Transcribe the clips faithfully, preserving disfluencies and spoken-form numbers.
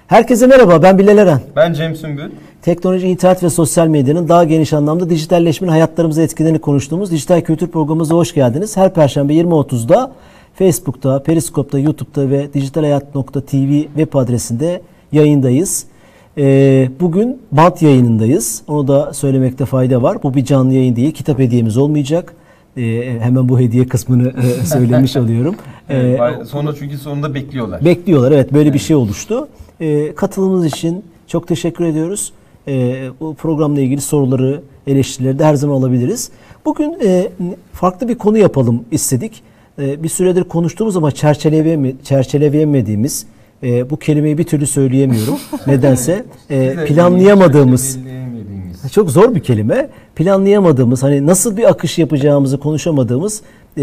Herkese merhaba, ben Bilal Eren. Ben Cem Sümbül. Teknoloji, internet ve sosyal medyanın daha geniş anlamda dijitalleşmenin hayatlarımıza etkilerini konuştuğumuz dijital kültür programımıza hoş geldiniz. Her Perşembe yirmi otuzda Facebook'ta, Periskop'ta, YouTube'da ve dijitalhayat nokta tv web adresinde yayındayız. Ee, bugün bant yayınındayız. Onu da söylemekte fayda var. Bu bir canlı yayın değil, kitap hediyemiz olmayacak. Ee, hemen bu hediye kısmını e, söylemiş oluyorum. Evet, ee, sonra çünkü sonunda bekliyorlar. Bekliyorlar, evet, böyle evet. bir şey oluştu. Ee, katılımınız için çok teşekkür ediyoruz. Ee, bu programla ilgili soruları, eleştirileri de her zaman alabiliriz. Bugün e, farklı bir konu yapalım istedik. E, bir süredir konuştuğumuz ama çerçeleyeme, çerçeleyemediğimiz e, bu kelimeyi bir türlü söyleyemiyorum. Nedense e, planlayamadığımız, çok zor bir kelime. Planlayamadığımız, hani nasıl bir akış yapacağımızı konuşamadığımız e,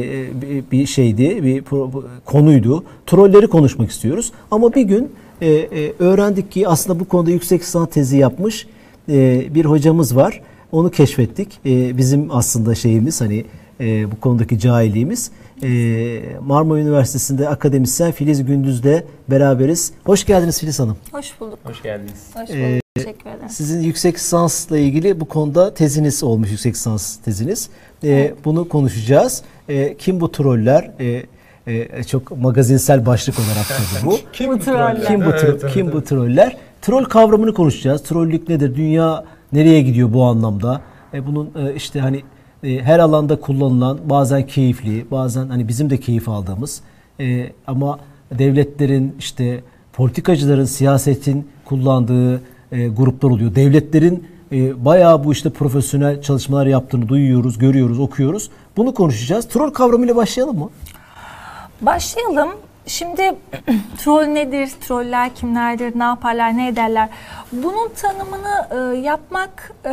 bir şeydi, bir konuydu. Trolleri konuşmak istiyoruz. Ama bir gün e, e, öğrendik ki aslında bu konuda yüksek lisans tezi yapmış e, bir hocamız var. Onu keşfettik. E, bizim aslında şeyimiz, hani e, bu konudaki cahilliğimiz. E, Marmara Üniversitesi'nde akademisyen Filiz Gündüz'le beraberiz. Hoş geldiniz Filiz Hanım. Hoş bulduk. Hoş geldiniz. Hoş bulduk. E, Teşekkür ederim. Sizin yüksek lisansla ilgili bu konuda teziniz olmuş, yüksek lisans teziniz. E, evet. Bunu konuşacağız. E, kim bu troller? E, e, çok magazinsel başlık olarak tabii bu. Kim bu troller? Kim bu, tro evet, kim evet. bu troller? Troll kavramını konuşacağız. Trollük nedir? Dünya nereye gidiyor bu anlamda? E, bunun e, işte hani e, her alanda kullanılan, bazen keyifli, bazen hani bizim de keyif aldığımız e, ama devletlerin, işte politikacıların, siyasetin kullandığı e, gruplar oluyor. Devletlerin e, bayağı bu işte profesyonel çalışmalar yaptığını duyuyoruz, görüyoruz, okuyoruz. Bunu konuşacağız. Troll kavramıyla başlayalım mı? Başlayalım. Şimdi troll nedir? Troller kimlerdir? Ne yaparlar? Ne ederler? Bunun tanımını e, yapmak e,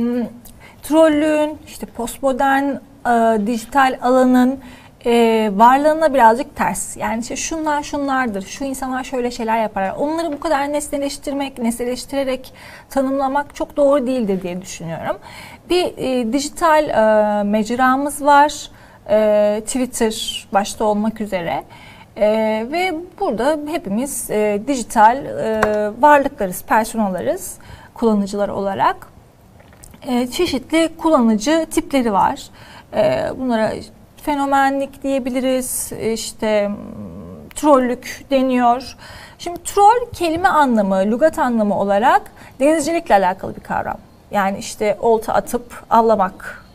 trollüğün, işte postmodern e, dijital alanın e, varlığına birazcık ters. Yani işte şunlar şunlardır. Şu insanlar şöyle şeyler yaparlar. Onları bu kadar nesneleştirmek, nesneleştirerek tanımlamak çok doğru değildir diye düşünüyorum. Bir e, dijital e, mecramız var. E, Twitter başta olmak üzere. Ee, ve burada hepimiz e, dijital e, varlıklarız, personalarız, kullanıcılar olarak. E, çeşitli kullanıcı tipleri var. E, bunlara fenomenlik diyebiliriz, işte trollük deniyor. Şimdi troll kelime anlamı, lügat anlamı olarak denizcilikle alakalı bir kavram. Yani işte olta atıp avlamak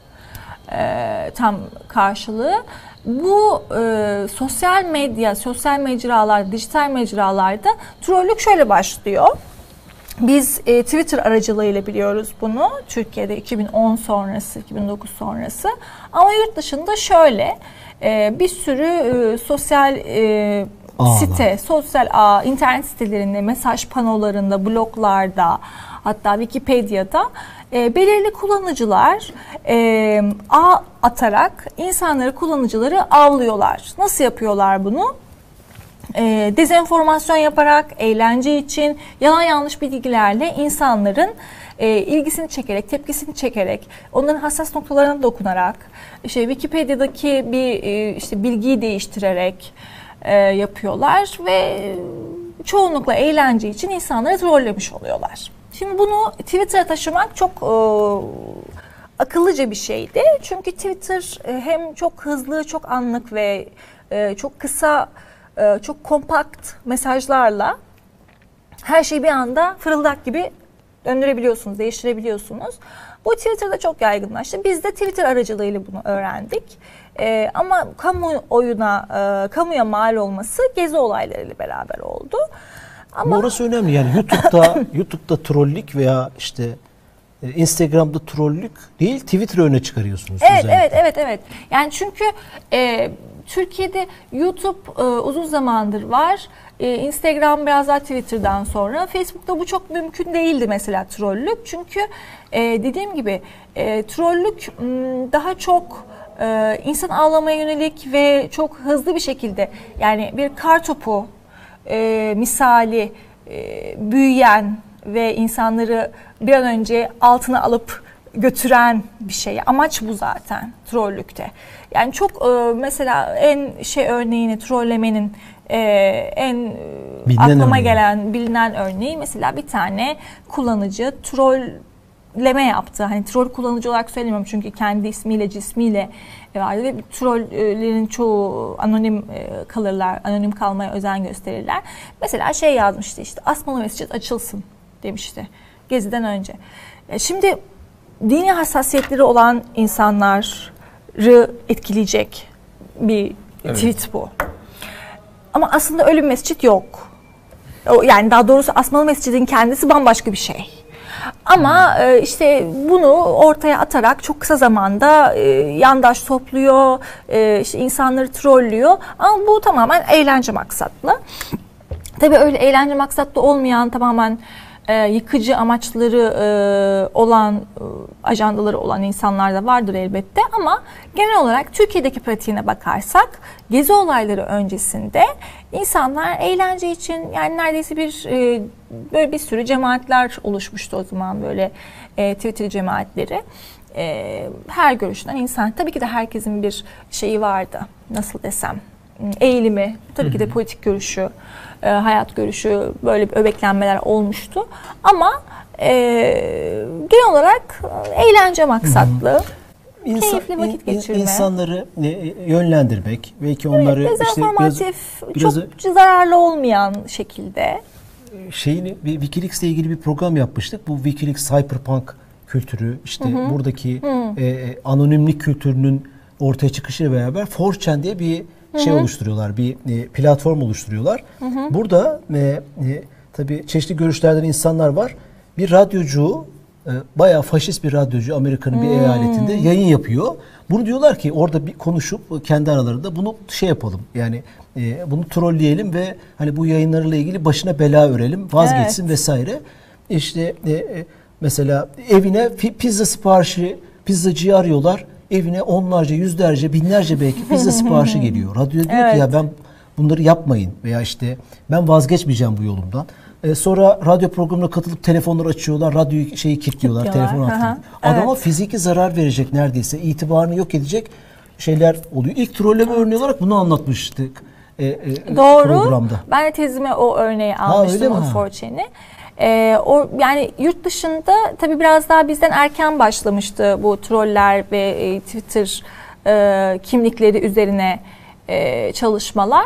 e, tam karşılığı. Bu e, sosyal medya, sosyal mecralar, dijital mecralarda trollük şöyle başlıyor. Biz e, Twitter aracılığıyla biliyoruz bunu. Türkiye'de iki bin on sonrası, iki bin dokuz sonrası. Ama yurt dışında şöyle e, bir sürü e, sosyal e, site, sosyal ağ, internet sitelerinde, mesaj panolarında, bloglarda, hatta Wikipedia'da e, belirli kullanıcılar e, ağ atarak insanları, kullanıcıları avlıyorlar. Nasıl yapıyorlar bunu? E, dezenformasyon yaparak, eğlence için, yalan yanlış bilgilerle insanların e, ilgisini çekerek, tepkisini çekerek, onların hassas noktalarına dokunarak, işte Wikipedia'daki bir e, işte bilgiyi değiştirerek e, yapıyorlar ve çoğunlukla eğlence için insanları trollemiş oluyorlar. Şimdi bunu Twitter'a taşımak çok e, akıllıca bir şeydi. Çünkü Twitter e, hem çok hızlı, çok anlık ve e, çok kısa, e, çok kompakt mesajlarla her şeyi bir anda fırıldak gibi döndürebiliyorsunuz, değiştirebiliyorsunuz. Bu Twitter'da çok yaygınlaştı. Biz de Twitter aracılığıyla bunu öğrendik. E, ama kamuoyuna, e, kamuya mal olması gezi olaylarıyla beraber oldu. Ama orası önemli. Yani YouTube'da YouTube'da trollük veya işte Instagram'da trollük değil, Twitter'ı öne çıkarıyorsunuz. Evet, özellikle. evet, evet, evet. Yani çünkü e, Türkiye'de YouTube e, uzun zamandır var. E, Instagram biraz daha Twitter'dan sonra. Facebook'ta bu çok mümkün değildi mesela trollük. Çünkü e, dediğim gibi e, trollük m, daha çok e, insan avlamaya yönelik ve çok hızlı bir şekilde, yani bir kartopu e, misali e, büyüyen ve insanları bir an önce altına alıp götüren bir şey. Amaç bu zaten trollükte. Yani çok e, mesela en şey örneğini trollemenin e, en bilinen aklıma örneği. gelen bilinen örneği mesela bir tane kullanıcı trolleme yaptı. Hani troll kullanıcı olarak söylemiyorum çünkü kendi ismiyle cismiyle vardı ve trollerin çoğu anonim kalırlar, anonim kalmaya özen gösterirler. Mesela şey yazmıştı işte Asmalı Mescid açılsın demişti Gezi'den önce. Şimdi dini hassasiyetleri olan insanları etkileyecek bir evet. tweet bu. Ama aslında öyle bir mescit yok. Yani daha doğrusu Asmalı Mescid'in kendisi bambaşka bir şey. Ama hmm. işte bunu ortaya atarak çok kısa zamanda yandaş topluyor, işte insanları trollüyor. Ama bu tamamen eğlence maksatlı. Tabii öyle eğlence maksatlı olmayan tamamen yıkıcı amaçları olan, ajandaları olan insanlar da vardır elbette ama genel olarak Türkiye'deki pratiğine bakarsak Gezi olayları öncesinde insanlar eğlence için yani neredeyse bir böyle bir sürü cemaatler oluşmuştu o zaman böyle Twitter cemaatleri. Her görüşten insan tabii ki de herkesin bir şeyi vardı nasıl desem eğilimi tabii ki de politik görüşü hayat görüşü böyle bir öbeklenmeler olmuştu ama e, genel olarak eğlence maksatlı İnsan, keyifli vakit geçirme. İnsanları yönlendirmek belki onları evet, işte biraz, biraz çok zararlı olmayan şekilde. Şeyini Wikileaks ile ilgili bir program yapmıştık. Bu Wikileaks cyberpunk kültürü işte hı hı. buradaki hı. E, anonimlik kültürünün ortaya çıkışıyla beraber four chan diye bir şey hı hı. oluşturuyorlar, bir e, platform oluşturuyorlar. Hı hı. Burada e, e, tabii çeşitli görüşlerden insanlar var. Bir radyocu, e, bayağı faşist bir radyocu Amerika'nın bir hmm. eyaletinde yayın yapıyor. Bunu diyorlar ki orada bir konuşup kendi aralarında bunu şey yapalım. Yani e, bunu trolleyelim ve hani bu yayınlarıyla ilgili başına bela örelim, vazgeçsin evet. vesaire. İşte e, mesela evine pizza siparişi, pizzacıyı arıyorlar. Evine onlarca, yüzlerce, binlerce belki pizza siparişi geliyor. Radyo diyor evet. ki ya ben bunları yapmayın veya işte ben vazgeçmeyeceğim bu yolumdan. Ee, sonra radyo programına katılıp telefonlar açıyorlar, radyoyu şeyi kilitliyorlar, telefonu atıyorlar. Adama evet. fiziki zarar verecek neredeyse, itibarını yok edecek şeyler oluyor. İlk trolleme evet. örneği olarak bunu anlatmıştık e, e, Doğru. programda. Ben de tezime o örneği almıştım, o four chan'i. Ee, o yani yurt dışında tabii biraz daha bizden erken başlamıştı bu troller ve e, Twitter e, kimlikleri üzerine e, çalışmalar.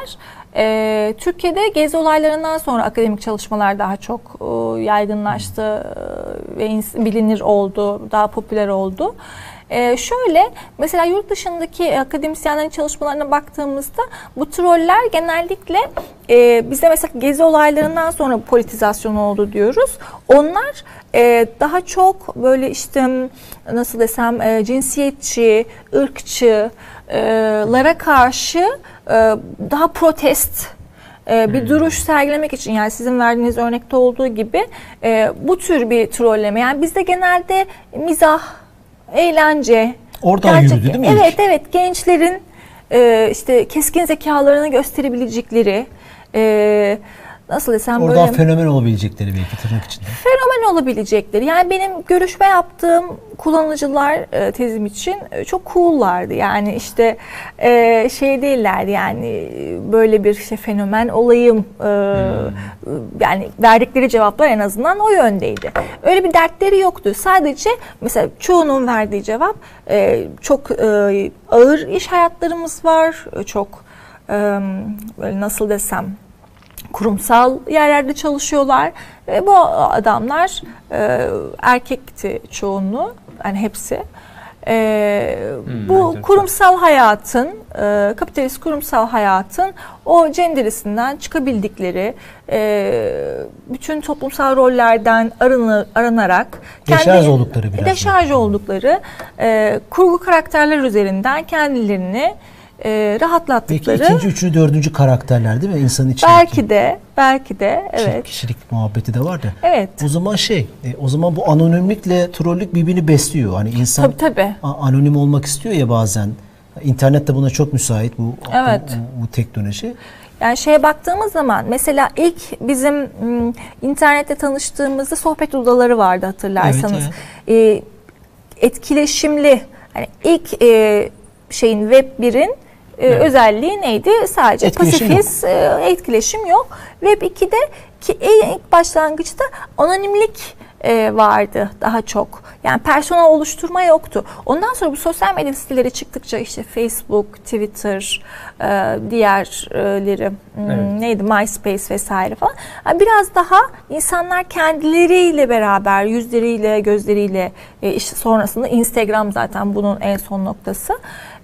E, Türkiye'de Gezi olaylarından sonra akademik çalışmalar daha çok e, yaygınlaştı e, ve bilinir oldu, daha popüler oldu. Ee, şöyle mesela yurt dışındaki akademisyenlerin çalışmalarına baktığımızda bu troller genellikle e, bizde mesela Gezi olaylarından sonra politizasyon oldu diyoruz. Onlar e, daha çok böyle işte nasıl desem e, cinsiyetçi, ırkçılara karşı e, daha protest bir hmm. duruş sergilemek için yani sizin verdiğiniz örnekte olduğu gibi e, bu tür bir trolleme yani bizde genelde mizah eğlence. Oradan gerçek, yürüdü değil mi? Evet evet gençlerin e, işte keskin zekalarını gösterebilecekleri e, nasıl desem oradan böyle. Fenomen olabilecekleri belki tırnak içinde. Fenomen olabilecekleri. Yani benim görüşme yaptığım kullanıcılar e, tezim için e, çok cool'lardı. Yani işte e, şey değillerdi yani böyle bir şey fenomen olayım e, hmm. yani verdikleri cevaplar en azından o yöndeydi. Öyle bir dertleri yoktu. Sadece mesela çoğunun verdiği cevap e, çok e, ağır iş hayatlarımız var. Çok e, böyle nasıl desem kurumsal yerlerde çalışıyorlar ve bu adamlar e, erkekti çoğunluğu yani hepsi e, hmm, bu evet, kurumsal hayatın e, kapitalist kurumsal hayatın o cenderesinden çıkabildikleri e, bütün toplumsal rollerden arını, arınarak deşarj kendi, oldukları biraz deşarj oldukları e, kurgu karakterler üzerinden kendilerini E, rahatlattıkları. Peki ikinci, üçüncü, dördüncü karakterler değil mi insanın içindeki? Belki de, belki de evet. Kişilik muhabbeti de var da. Evet. O zaman şey, e, o zaman bu anonimlikle trollük birbirini besliyor. Hani insan tabii, tabii. anonim olmak istiyor ya bazen. İnternet de buna çok müsait bu evet. bu, bu teknoloji. Yani şeye baktığımız zaman mesela ilk bizim m, internette tanıştığımızda sohbet odaları vardı hatırlarsanız. Evet, evet. E, etkileşimli, hani ilk e, şeyin Web birin e, evet. özelliği neydi? Sadece etkileşim pasifist, yok. E, etkileşim yok. Web ikide ki en ilk başlangıçta anonimlik e, vardı daha çok. Yani persona oluşturma yoktu. Ondan sonra bu sosyal medya siteleri çıktıkça işte Facebook, Twitter, e, diğerleri evet. neydi MySpace vesaire falan. Yani biraz daha insanlar kendileriyle beraber, yüzleriyle, gözleriyle e, işte sonrasında Instagram zaten bunun en son noktası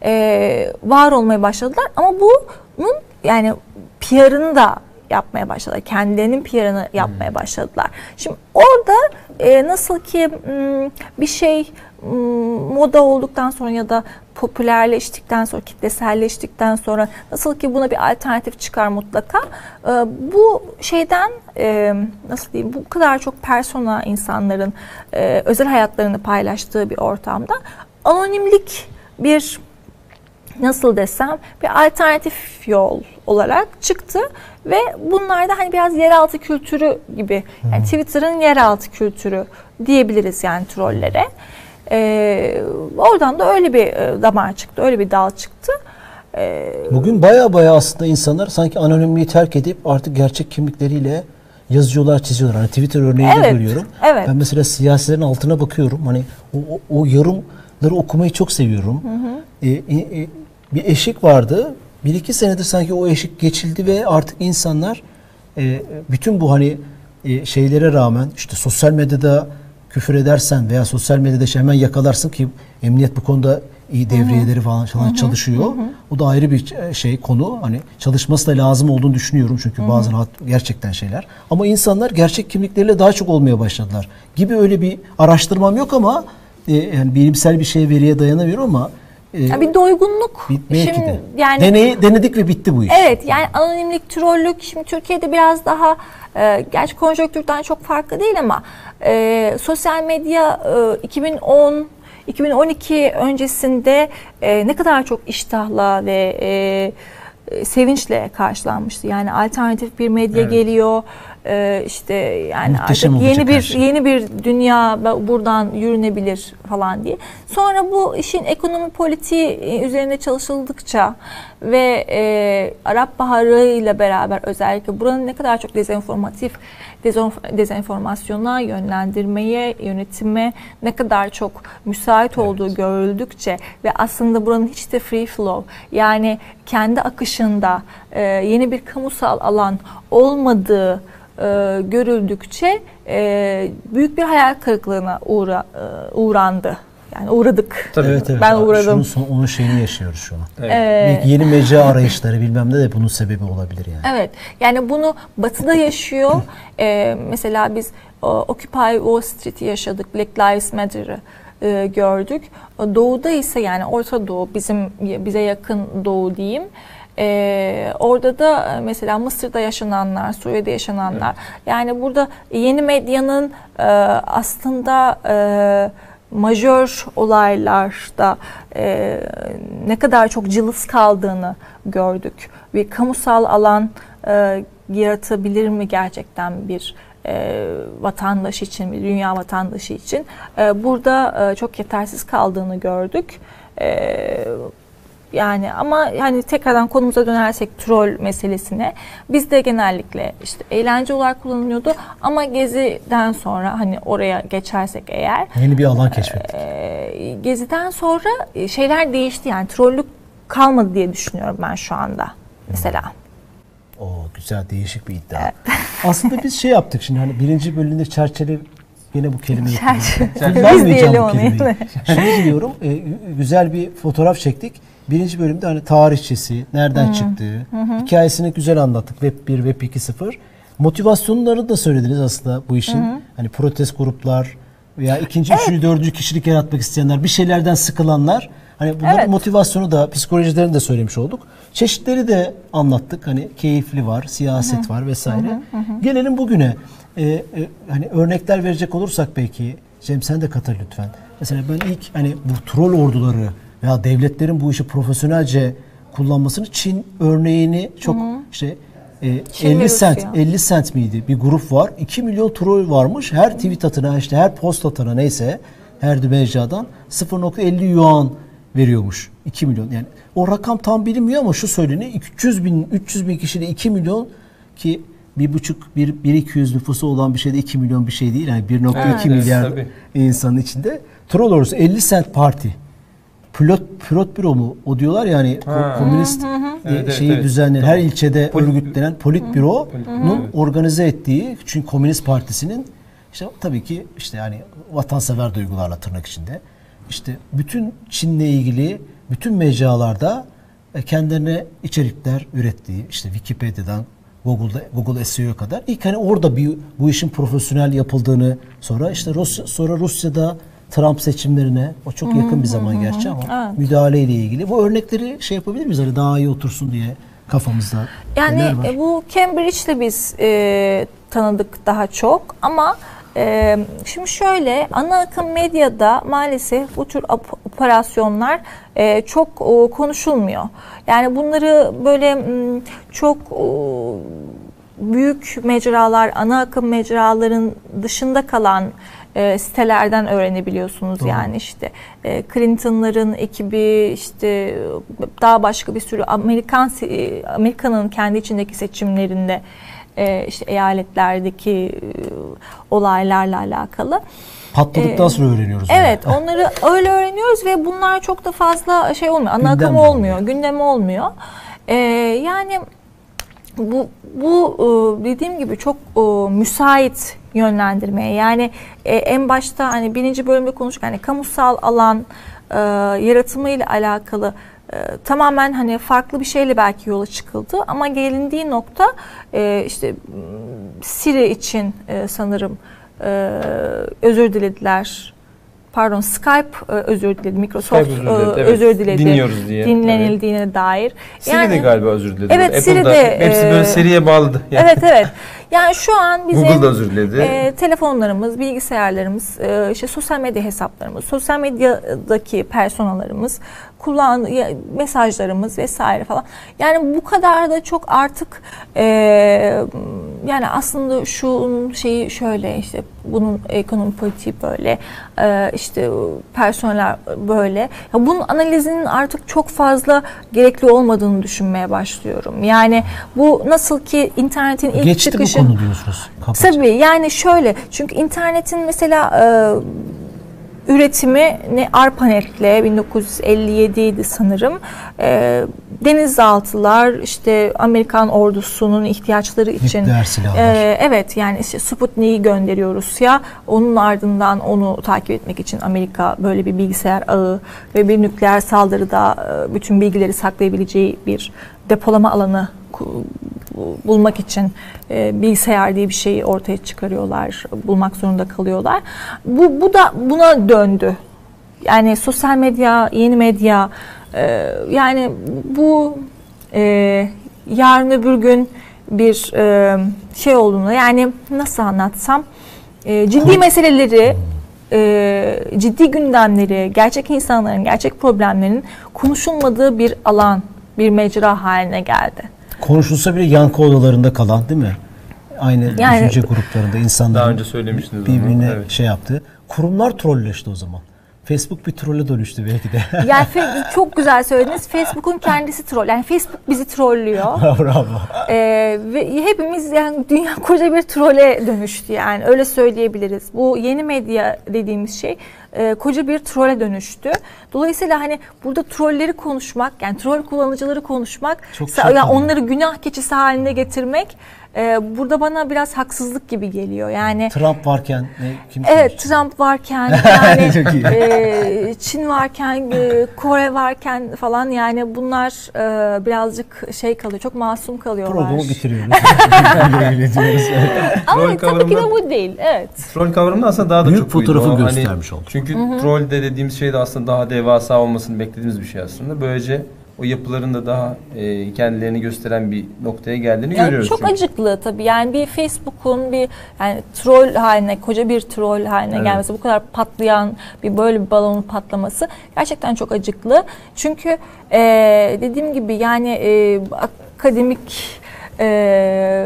e, var olmaya başladılar. Ama bunun yani P R'ını da yapmaya başladılar. Kendilerinin P R'ını yapmaya başladılar. Şimdi orada e, nasıl ki m, bir şey m, moda olduktan sonra ya da popülerleştikten sonra, kitleselleştikten sonra nasıl ki buna bir alternatif çıkar mutlaka. E, bu şeyden e, nasıl diyeyim, bu kadar çok persona insanların e, özel hayatlarını paylaştığı bir ortamda anonimlik bir nasıl desem bir alternatif yol olarak çıktı ve bunlar da hani biraz yeraltı kültürü gibi, yani hmm. Twitter'ın yeraltı kültürü diyebiliriz yani trollere. Ee, oradan da öyle bir damar çıktı, öyle bir dal çıktı. Ee, Bugün baya baya aslında insanlar sanki anonimliği terk edip artık gerçek kimlikleriyle yazıyorlar, çiziyorlar. Hani Twitter örneğini evet, görüyorum. Evet. Ben mesela siyasilerin altına bakıyorum. Hani o, o, o yorumları okumayı çok seviyorum. Hı hı. E, e, bir eşik vardı. Bir iki senedir sanki o eşik geçildi ve artık insanlar e, bütün bu hani e, şeylere rağmen işte sosyal medyada küfür edersen veya sosyal medyada şey hemen yakalarsın ki emniyet bu konuda iyi devriyeleri falan, falan çalışıyor. Hı hı. O da ayrı bir şey konu. Hani çalışması da lazım olduğunu düşünüyorum çünkü hı hı. bazen gerçekten şeyler. Ama insanlar gerçek kimlikleriyle daha çok olmaya başladılar gibi, öyle bir araştırmam yok ama e, yani bilimsel bir şey veriye dayanamıyorum ama Ya bir doygunluk. Belki şimdi, de. Yani, Deney, denedik ve bitti bu iş. Evet, yani anonimlik, trollük şimdi Türkiye'de biraz daha e, gerçi konjonktürden çok farklı değil ama e, sosyal medya e, iki bin on iki bin on iki öncesinde e, ne kadar çok iştahla ve e, sevinçle karşılanmıştı. Yani alternatif bir medya evet. geliyor. Ee, işte yani Muhteşem artık yeni bir şey. yeni bir dünya buradan yürünebilir falan diye. Sonra bu işin ekonomi politiği üzerine çalışıldıkça ve e, Arap Baharı ile beraber özellikle buranın ne kadar çok dezenformatif dezenformasyona yönlendirmeye, yönetime ne kadar çok müsait evet. olduğu görüldükçe ve aslında buranın hiç de free flow, yani kendi akışında e, yeni bir kamusal alan olmadığı e, görüldükçe e, büyük bir hayal kırıklığına uğra, e, uğrandı. Yani uğradık. Tabii, evet, evet. Ben uğradım. Şunun, onun şeyini yaşıyoruz şu an. Evet. Ee, yeni mecra arayışları bilmem ne de bunun sebebi olabilir yani. Evet. Yani bunu Batı'da yaşıyor. ee, mesela biz o, Occupy Wall Street'i yaşadık. Black Lives Matter'ı e, gördük. Doğu'da ise, yani Orta Doğu, bizim bize yakın Doğu diyeyim. Ee, orada da mesela Mısır'da yaşananlar, Suriye'de yaşananlar. Evet. Yani burada yeni medyanın e, aslında e, majör olaylarda e, ne kadar çok cılız kaldığını gördük. Bir kamusal alan e, yaratabilir mi gerçekten bir e, vatandaş için, bir dünya vatandaşı için? E, burada e, çok yetersiz kaldığını gördük. E, Yani ama yani tekrardan konumuza dönersek troll meselesine, bizde genellikle işte eğlence olarak kullanılıyordu ama Gezi'den sonra, hani oraya geçersek eğer, yeni bir alan keşfettik. E, Gezi'den sonra şeyler değişti, yani trollük kalmadı diye düşünüyorum ben şu anda mesela. O güzel, değişik bir iddia. Evet. Aslında biz şey yaptık şimdi, hani birinci bölümde çerçeve, yine bu kelimeyi kullanmayacağım bu kelimeyi. Şunu diyorum, e, güzel bir fotoğraf çektik. Birinci bölümde hani tarihçesi, nereden hmm. çıktığı, hmm. hikayesini güzel anlattık. Web bir, Web iki nokta sıfır. Motivasyonları da söylediniz aslında bu işin. Hmm. Hani protest gruplar veya ikinci, evet. üçüncü, dördüncü kişilik yaratmak isteyenler, bir şeylerden sıkılanlar. Hani bunların evet. motivasyonu da, psikolojilerini de söylemiş olduk. Çeşitleri de anlattık. Hani keyifli var, siyaset hmm. var vesaire. Hmm. Hmm. Gelelim bugüne. Ee, e, hani örnekler verecek olursak belki, Cem sen de katıl lütfen. Mesela ben ilk hani bu troll orduları veya devletlerin bu işi profesyonelce kullanmasını, Çin örneğini çok hı hı. işte e, elli sent elli sent miydi bir grup var. iki milyon troll varmış. Her tweet atına, işte her post atana neyse her mecradan sıfır nokta elli yuan veriyormuş. iki milyon. Yani o rakam tam bilinmiyor ama şu söyleniyor. üç yüz bin üç yüz bin kişide iki milyon ki bir buçuk bir bir iki yüz nüfusu olan bir şeyde iki milyon bir şey değil. Yani bir nokta iki evet, milyar tabii. insanın içinde. Troll ordusu elli sent parti. Pilot pilot büro mu? O diyorlar yani Ha. komünist Hı hı hı. e, Evet, şeyi evet, düzenleyen tamam. her ilçede Polit- örgütlenen politbüronun Politbüro. organize ettiği çünkü Komünist Partisi'nin işte tabii ki işte yani vatansever duygularla tırnak içinde işte bütün Çin'le ilgili bütün mecralarda kendilerine içerikler ürettiği işte Wikipedia'dan Google'da Google S E O'ya kadar ilk hani orada bir bu işin profesyonel yapıldığını sonra işte Rusya, sonra Rusya'da Trump seçimlerine o çok yakın bir zaman gerçi ama evet. müdahaleyle ilgili bu örnekleri şey yapabilir miyiz hani daha iyi otursun diye kafamızda. Yani neler var? e, bu Cambridge'le biz e, tanıdık daha çok ama e, şimdi şöyle ana akım medyada maalesef bu tür op- operasyonlar e, çok e, konuşulmuyor. Yani bunları böyle m, çok e, büyük mecralar, ana akım mecraların dışında kalan e, sitelerden öğrenebiliyorsunuz. Doğru. Yani işte e, Clinton'ların ekibi, işte daha başka bir sürü Amerikan e, Amerika'nın kendi içindeki seçimlerinde e, işte eyaletlerdeki e, olaylarla alakalı. Patladıktan Ee, sonra öğreniyoruz. Evet, onları öyle öğreniyoruz ve bunlar çok da fazla şey olmuyor, ana Gündem akım de olmuyor, olmuyor. gündem olmuyor. Ee, yani bu bu e, dediğim gibi çok e, müsait yönlendirmeye. Yani e, en başta hani birinci bölümde konuştuk, hani kamusal alan e, yaratımı ile alakalı e, tamamen hani farklı bir şeyle belki yola çıkıldı ama gelindiği nokta e, işte Siri için e, sanırım e, özür dilediler. Pardon, Skype e, özür diledi, Microsoft Skype özür diledi, e, evet. özür diledi. Dinliyoruz diye. Dinlenildiğine dair. Siri de galiba özür diledi. Evet, Siri Apple'da de, hepsi e, böyle seriye bağladı. Yani. Evet evet. Yani şu an bizim Google da özür diledi. e, telefonlarımız, bilgisayarlarımız, e, işte sosyal medya hesaplarımız, sosyal medyadaki personalarımız, kullan ya, mesajlarımız vesaire falan. Yani bu kadar da çok artık e, yani aslında şunun şeyi şöyle, işte bunun ekonomi politiği böyle, e, işte personeller böyle. Ya bunun analizinin artık çok fazla gerekli olmadığını düşünmeye başlıyorum. Yani bu nasıl ki internetin ilk Geçti çıkışı. bu konu diyorsunuz. Kabaca. Tabii yani şöyle, çünkü internetin mesela e, üretimi ne ARPANET'le bin dokuz yüz elli yediydi sanırım. E, denizaltılar, işte Amerikan ordusunun ihtiyaçları için. Nükleer silahlar. E, evet yani işte Sputnik'i gönderiyor Rusya. Onun ardından onu takip etmek için Amerika böyle bir bilgisayar ağı ve bir nükleer saldırıda e, bütün bilgileri saklayabileceği bir depolama alanı bulmak için e, bilgisayar diye bir şeyi ortaya çıkarıyorlar, bulmak zorunda kalıyorlar. Bu, bu da buna döndü. Yani sosyal medya, yeni medya, e, yani bu e, yarın öbür gün bir e, şey olduğunu, yani nasıl anlatsam, e, ciddi meseleleri, e, ciddi gündemleri, gerçek insanların, gerçek problemlerin konuşulmadığı bir alan, bir mecra haline geldi. Konuşulsa bile yankı odalarında kalan değil mi? Aynı Yani- düşünce gruplarında insanların Daha önce söylemiştiniz birbirine onu, evet. şey yaptı. Kurumlar trolleşti o zaman. Facebook bir trolle dönüştü belki de. Yani fe- çok güzel söylediniz. Facebook'un kendisi troll. Yani Facebook bizi trollüyor. Bravo. Ee, ve hepimiz, yani dünya koca bir trole dönüştü, yani öyle söyleyebiliriz. Bu yeni medya dediğimiz şey e, koca bir trole dönüştü. Dolayısıyla hani burada trolleri konuşmak, yani troll kullanıcıları konuşmak, Çok sa- şey yani kalıyor. onları günah keçisi haline getirmek e, burada bana biraz haksızlık gibi geliyor. Yani Trump varken ne, kim evet, konuşacak? Trump varken, yani Çok iyi. e, Çin varken, e, Kore varken falan, yani bunlar e, birazcık şey kalıyor, çok masum kalıyorlar. Programı bitiriyoruz. Böyle ediyoruz. Ama Troll tabii ki de kavramı- bu değil. Evet. Troll kavramı aslında daha da Büyük çok uydu. fotoğrafı O hani- göstermiş oldu. Çünkü troll de dediğimiz şey de aslında daha devasa olmasını beklediğimiz bir şey aslında. Böylece o yapıların da daha e, kendilerini gösteren bir noktaya geldiğini Yani görüyoruz. çok çünkü. acıklı tabii. Yani bir Facebook'un bir yani troll haline, koca bir troll haline Evet. gelmesi, bu kadar patlayan bir böyle bir balonun patlaması gerçekten çok acıklı. Çünkü e, dediğim gibi yani e, akademik e,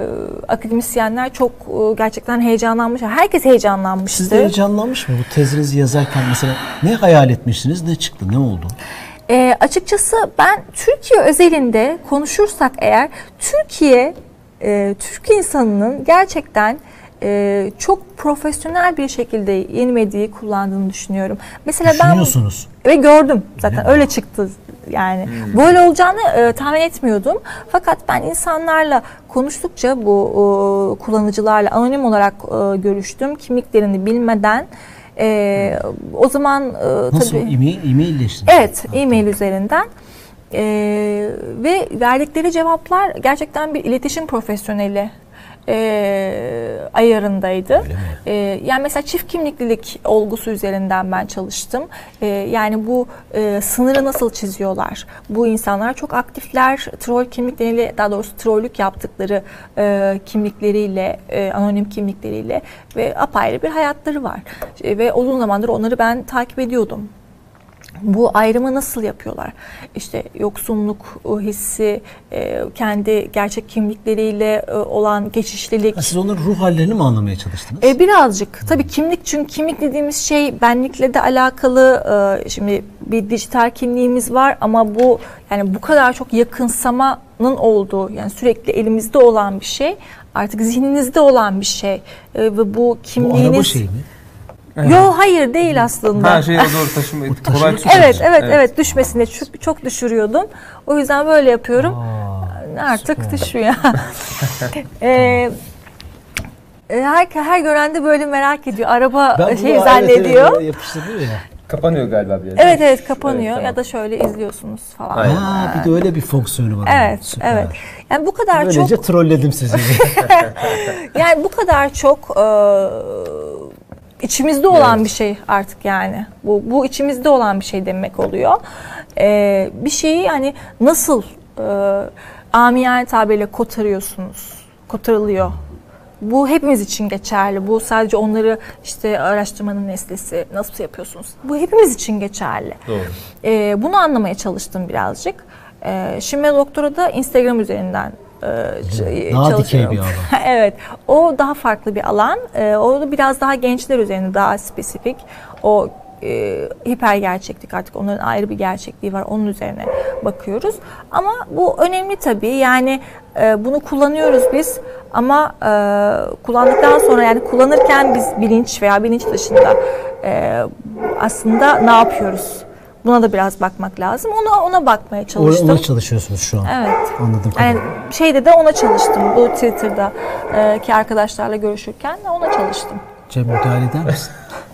akademisyenler çok e, gerçekten heyecanlanmış. Herkes heyecanlanmıştı. Siz de heyecanlanmış mı? Bu tezinizi yazarken mesela ne hayal etmiştiniz, ne çıktı, ne oldu? E, açıkçası ben Türkiye özelinde konuşursak eğer, Türkiye, e, Türk insanının gerçekten e, çok profesyonel bir şekilde yeni medyayı kullandığını düşünüyorum. Mesela Düşünüyorsunuz. Ben ve gördüm zaten, öyle çıktı. Yani hmm. böyle olacağını e, tahmin etmiyordum. Fakat ben insanlarla konuştukça, bu e, kullanıcılarla anonim olarak e, görüştüm. Kimliklerini bilmeden. E, o zaman e, nasıl? tabii, E-mail, e-mailleştiniz? Evet, e-mail üzerinden. E, ve verdikleri cevaplar gerçekten bir iletişim profesyoneli E, ayarındaydı. E, yani mesela çift kimliklilik olgusu üzerinden ben çalıştım. E, yani bu e, sınırı nasıl çiziyorlar? Bu insanlar çok aktifler. Troll kimlikleriyle, daha doğrusu trollük yaptıkları e, kimlikleriyle, e, anonim kimlikleriyle ve apayrı bir hayatları var. E, ve uzun zamandır onları ben takip ediyordum. Bu ayrımı nasıl yapıyorlar? İşte yoksunluk hissi, kendi gerçek kimlikleriyle olan geçişlilik. Ha, siz onların ruh hallerini mi anlamaya çalıştınız? E, birazcık. Tabii kimlik, çünkü kimlik dediğimiz şey benlikle de alakalı. Şimdi bir dijital kimliğimiz var ama bu, yani bu kadar çok yakınsamanın olduğu, yani sürekli elimizde olan bir şey, artık zihninizde olan bir şey. Ve bu kimliğiniz... Bu araba şey mi? Evet. Yo, hayır değil aslında. Her şeyi doğru taşıma. kolay evet, evet, evet, evet. Düşmesine çok, çok düşürüyordum. O yüzden böyle yapıyorum. Aa, artık süper. Düşüyor. ee, her her gören de böyle merak ediyor. Araba ben şey bunu, zannediyor. Evet, evet, yapıştırıyor ya. Kapanıyor galiba bir yerde. Evet, evet, kapanıyor, evet, tamam. Ya da şöyle izliyorsunuz falan. Ha, yani. Bir de öyle bir fonksiyonu var. Evet, süper. Evet. Yani bu kadar böylece çok. Böylece trolledim sizi. Yani bu kadar çok. E, İçimizde olan evet. bir şey artık yani. Bu bu içimizde olan bir şey demek oluyor. Ee, bir şeyi hani nasıl e, amiyane tabirle kotarıyorsunuz, kotarılıyor. Bu hepimiz için geçerli. Bu sadece onları işte araştırmanın nesnesi, nasıl yapıyorsunuz? Bu hepimiz için geçerli. Doğru. Ee, bunu anlamaya çalıştım birazcık. Ee, şimdi doktorada Instagram üzerinden daha dikey bir alan. Evet, o daha farklı bir alan. E, o da biraz daha gençler üzerine, daha spesifik. O e, hiper gerçeklik, artık onların ayrı bir gerçekliği var. Onun üzerine bakıyoruz. Ama bu önemli tabii. Yani e, bunu kullanıyoruz biz. Ama e, kullandıktan sonra, yani kullanırken biz bilinç veya bilinç dışında e, aslında ne yapıyoruz? Buna da biraz bakmak lazım. Ona ona bakmaya çalıştım. Ona çalışıyorsunuz şu an. Evet. Anladım. Yani şeyde de ona çalıştım. Bu Twitter'da e, ki arkadaşlarla görüşürken de ona çalıştım. Cem, müdahale eder misin?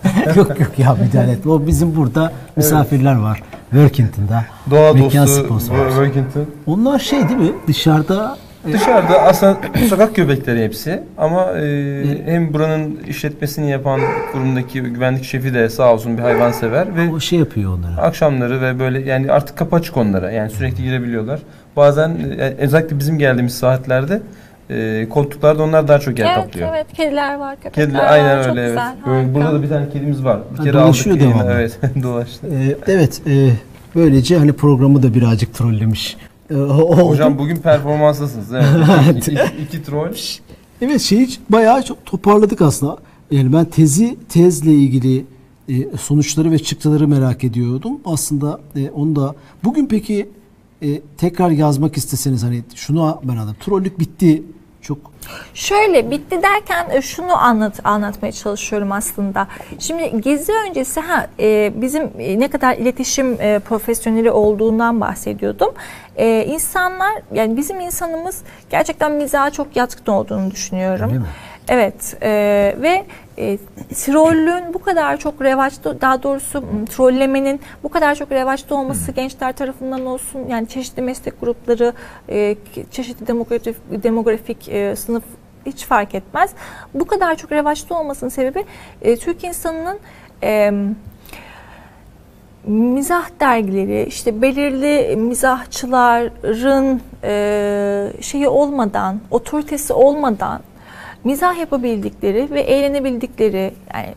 yok yok ya, müdahale etme. O bizim burada misafirler evet. var. Workington'da. Doğa dostu Workington. Onlar şey değil mi? Dışarıda Dışarıda aslında sokak köpekleri hepsi ama e, hem buranın işletmesini yapan kurumdaki güvenlik şefi de sağ olsun bir hayvansever ve o şey yapıyor onlara. Akşamları ve böyle, yani artık kapı açık onlara, yani sürekli girebiliyorlar. Bazen e, özellikle bizim geldiğimiz saatlerde e, koltuklarda onlar daha çok yer evet, kaplıyor. Evet, kediler var, köpekler kediler, var. Aynen çok öyle, güzel, evet. Burada da bir tane kedimiz var. Bir ha, kere dolaşıyor aldık. devamlı. Evet, dolaştı. Ee, evet, e, böylece hani programı da birazcık trollemiş. Hocam bugün performanslısınız. Evet. iki, iki, iki troll. Evet, şeyi bayağı çok toparladık aslında. Yani ben tezi tezle ilgili e, sonuçları ve çıktıları merak ediyordum. Aslında e, onu da bugün peki e, tekrar yazmak isteseniz, hani şunu ben anladım. Trollük bitti. Çok Şöyle bitti derken şunu anlat anlatmaya çalışıyorum aslında. Şimdi gezi öncesi ha e, bizim ne kadar iletişim e, profesyoneli olduğundan bahsediyordum. E, insanlar, yani bizim insanımız gerçekten mizaha çok yatkın olduğunu düşünüyorum. Değil mi? Evet e, ve e, trollün bu kadar çok revaçta, daha doğrusu trollemenin bu kadar çok revaçta olması hmm. gençler tarafından olsun, yani çeşitli meslek grupları, e, çeşitli demografik, demografik e, sınıf hiç fark etmez. Bu kadar çok revaçta olmasının sebebi e, Türk insanının e, mizah dergileri, işte belirli mizahçıların e, şeyi olmadan, otoritesi olmadan mizah yapabildikleri ve eğlenebildikleri, yani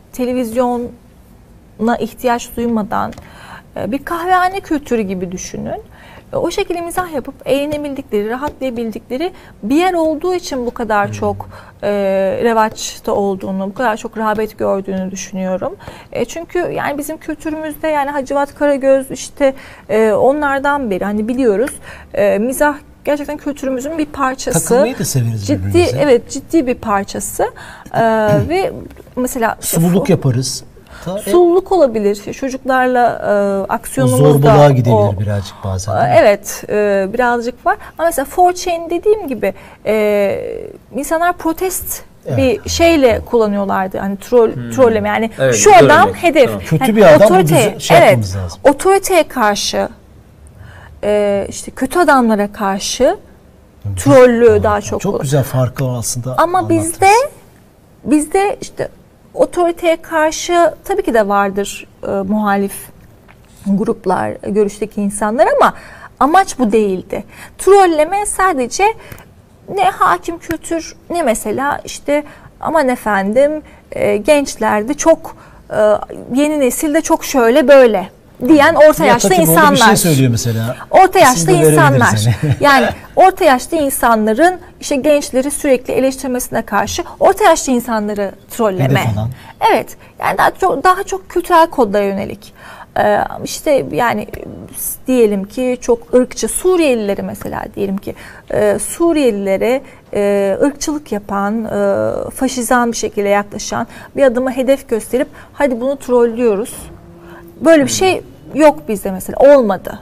televizyona ihtiyaç duymadan bir kahvehane kültürü gibi düşünün. o şekilde mizah yapıp eğlenebildikleri, rahatlayabildikleri bir yer olduğu için bu kadar hmm. çok e, revaçta olduğunu, bu kadar çok rağbet gördüğünü düşünüyorum. E, çünkü yani bizim kültürümüzde yani Hacivat Karagöz işte e, onlardan beri hani biliyoruz e, mizah gerçekten kültürümüzün bir parçası. Takılmayı da severiz ciddi, birbirimize. Evet, ciddi bir parçası. Ee, ve mesela sululuk yaparız. Ta, sululuk e, olabilir. Çocuklarla e, aksiyonumuz da. O zorbuluğa gidilir birazcık bazen. E, evet, e, birazcık var. Ama mesela four chan dediğim gibi e, insanlar protest evet. bir şeyle kullanıyorlardı. Hani troll hmm. trolleme yani evet, şu adam öyle. hedef. Tamam. Kötü yani bir adam otorite, bu şey evet, yapmamız lazım. Otoriteye karşı e, işte kötü adamlara karşı trollü daha çok. Çok olur. Güzel farkı aslında. Ama bizde bizde işte otoriteye karşı tabii ki de vardır e, muhalif gruplar, görüşteki insanlar ama amaç bu değildi. Trolleme sadece ne hakim kültür ne mesela işte aman efendim e, gençlerde çok e, yeni nesilde çok şöyle böyle diyen orta yaşlı Atatürk insanlar. Bir şey söylüyor mesela. Orta yaşlı insanlar. Yani orta yaşlı insanların işte gençleri sürekli eleştirmesine karşı orta yaşlı insanları trolleme. Evet. Yani daha çok daha çok kültürel kodlara yönelik. Ee, işte yani diyelim ki çok ırkçı Suriyelileri mesela diyelim ki e, Suriyelilere e, ırkçılık yapan, e, faşizan bir şekilde yaklaşan bir adamı hedef gösterip hadi bunu trollüyoruz. Böyle bir şey yok bizde mesela. Olmadı.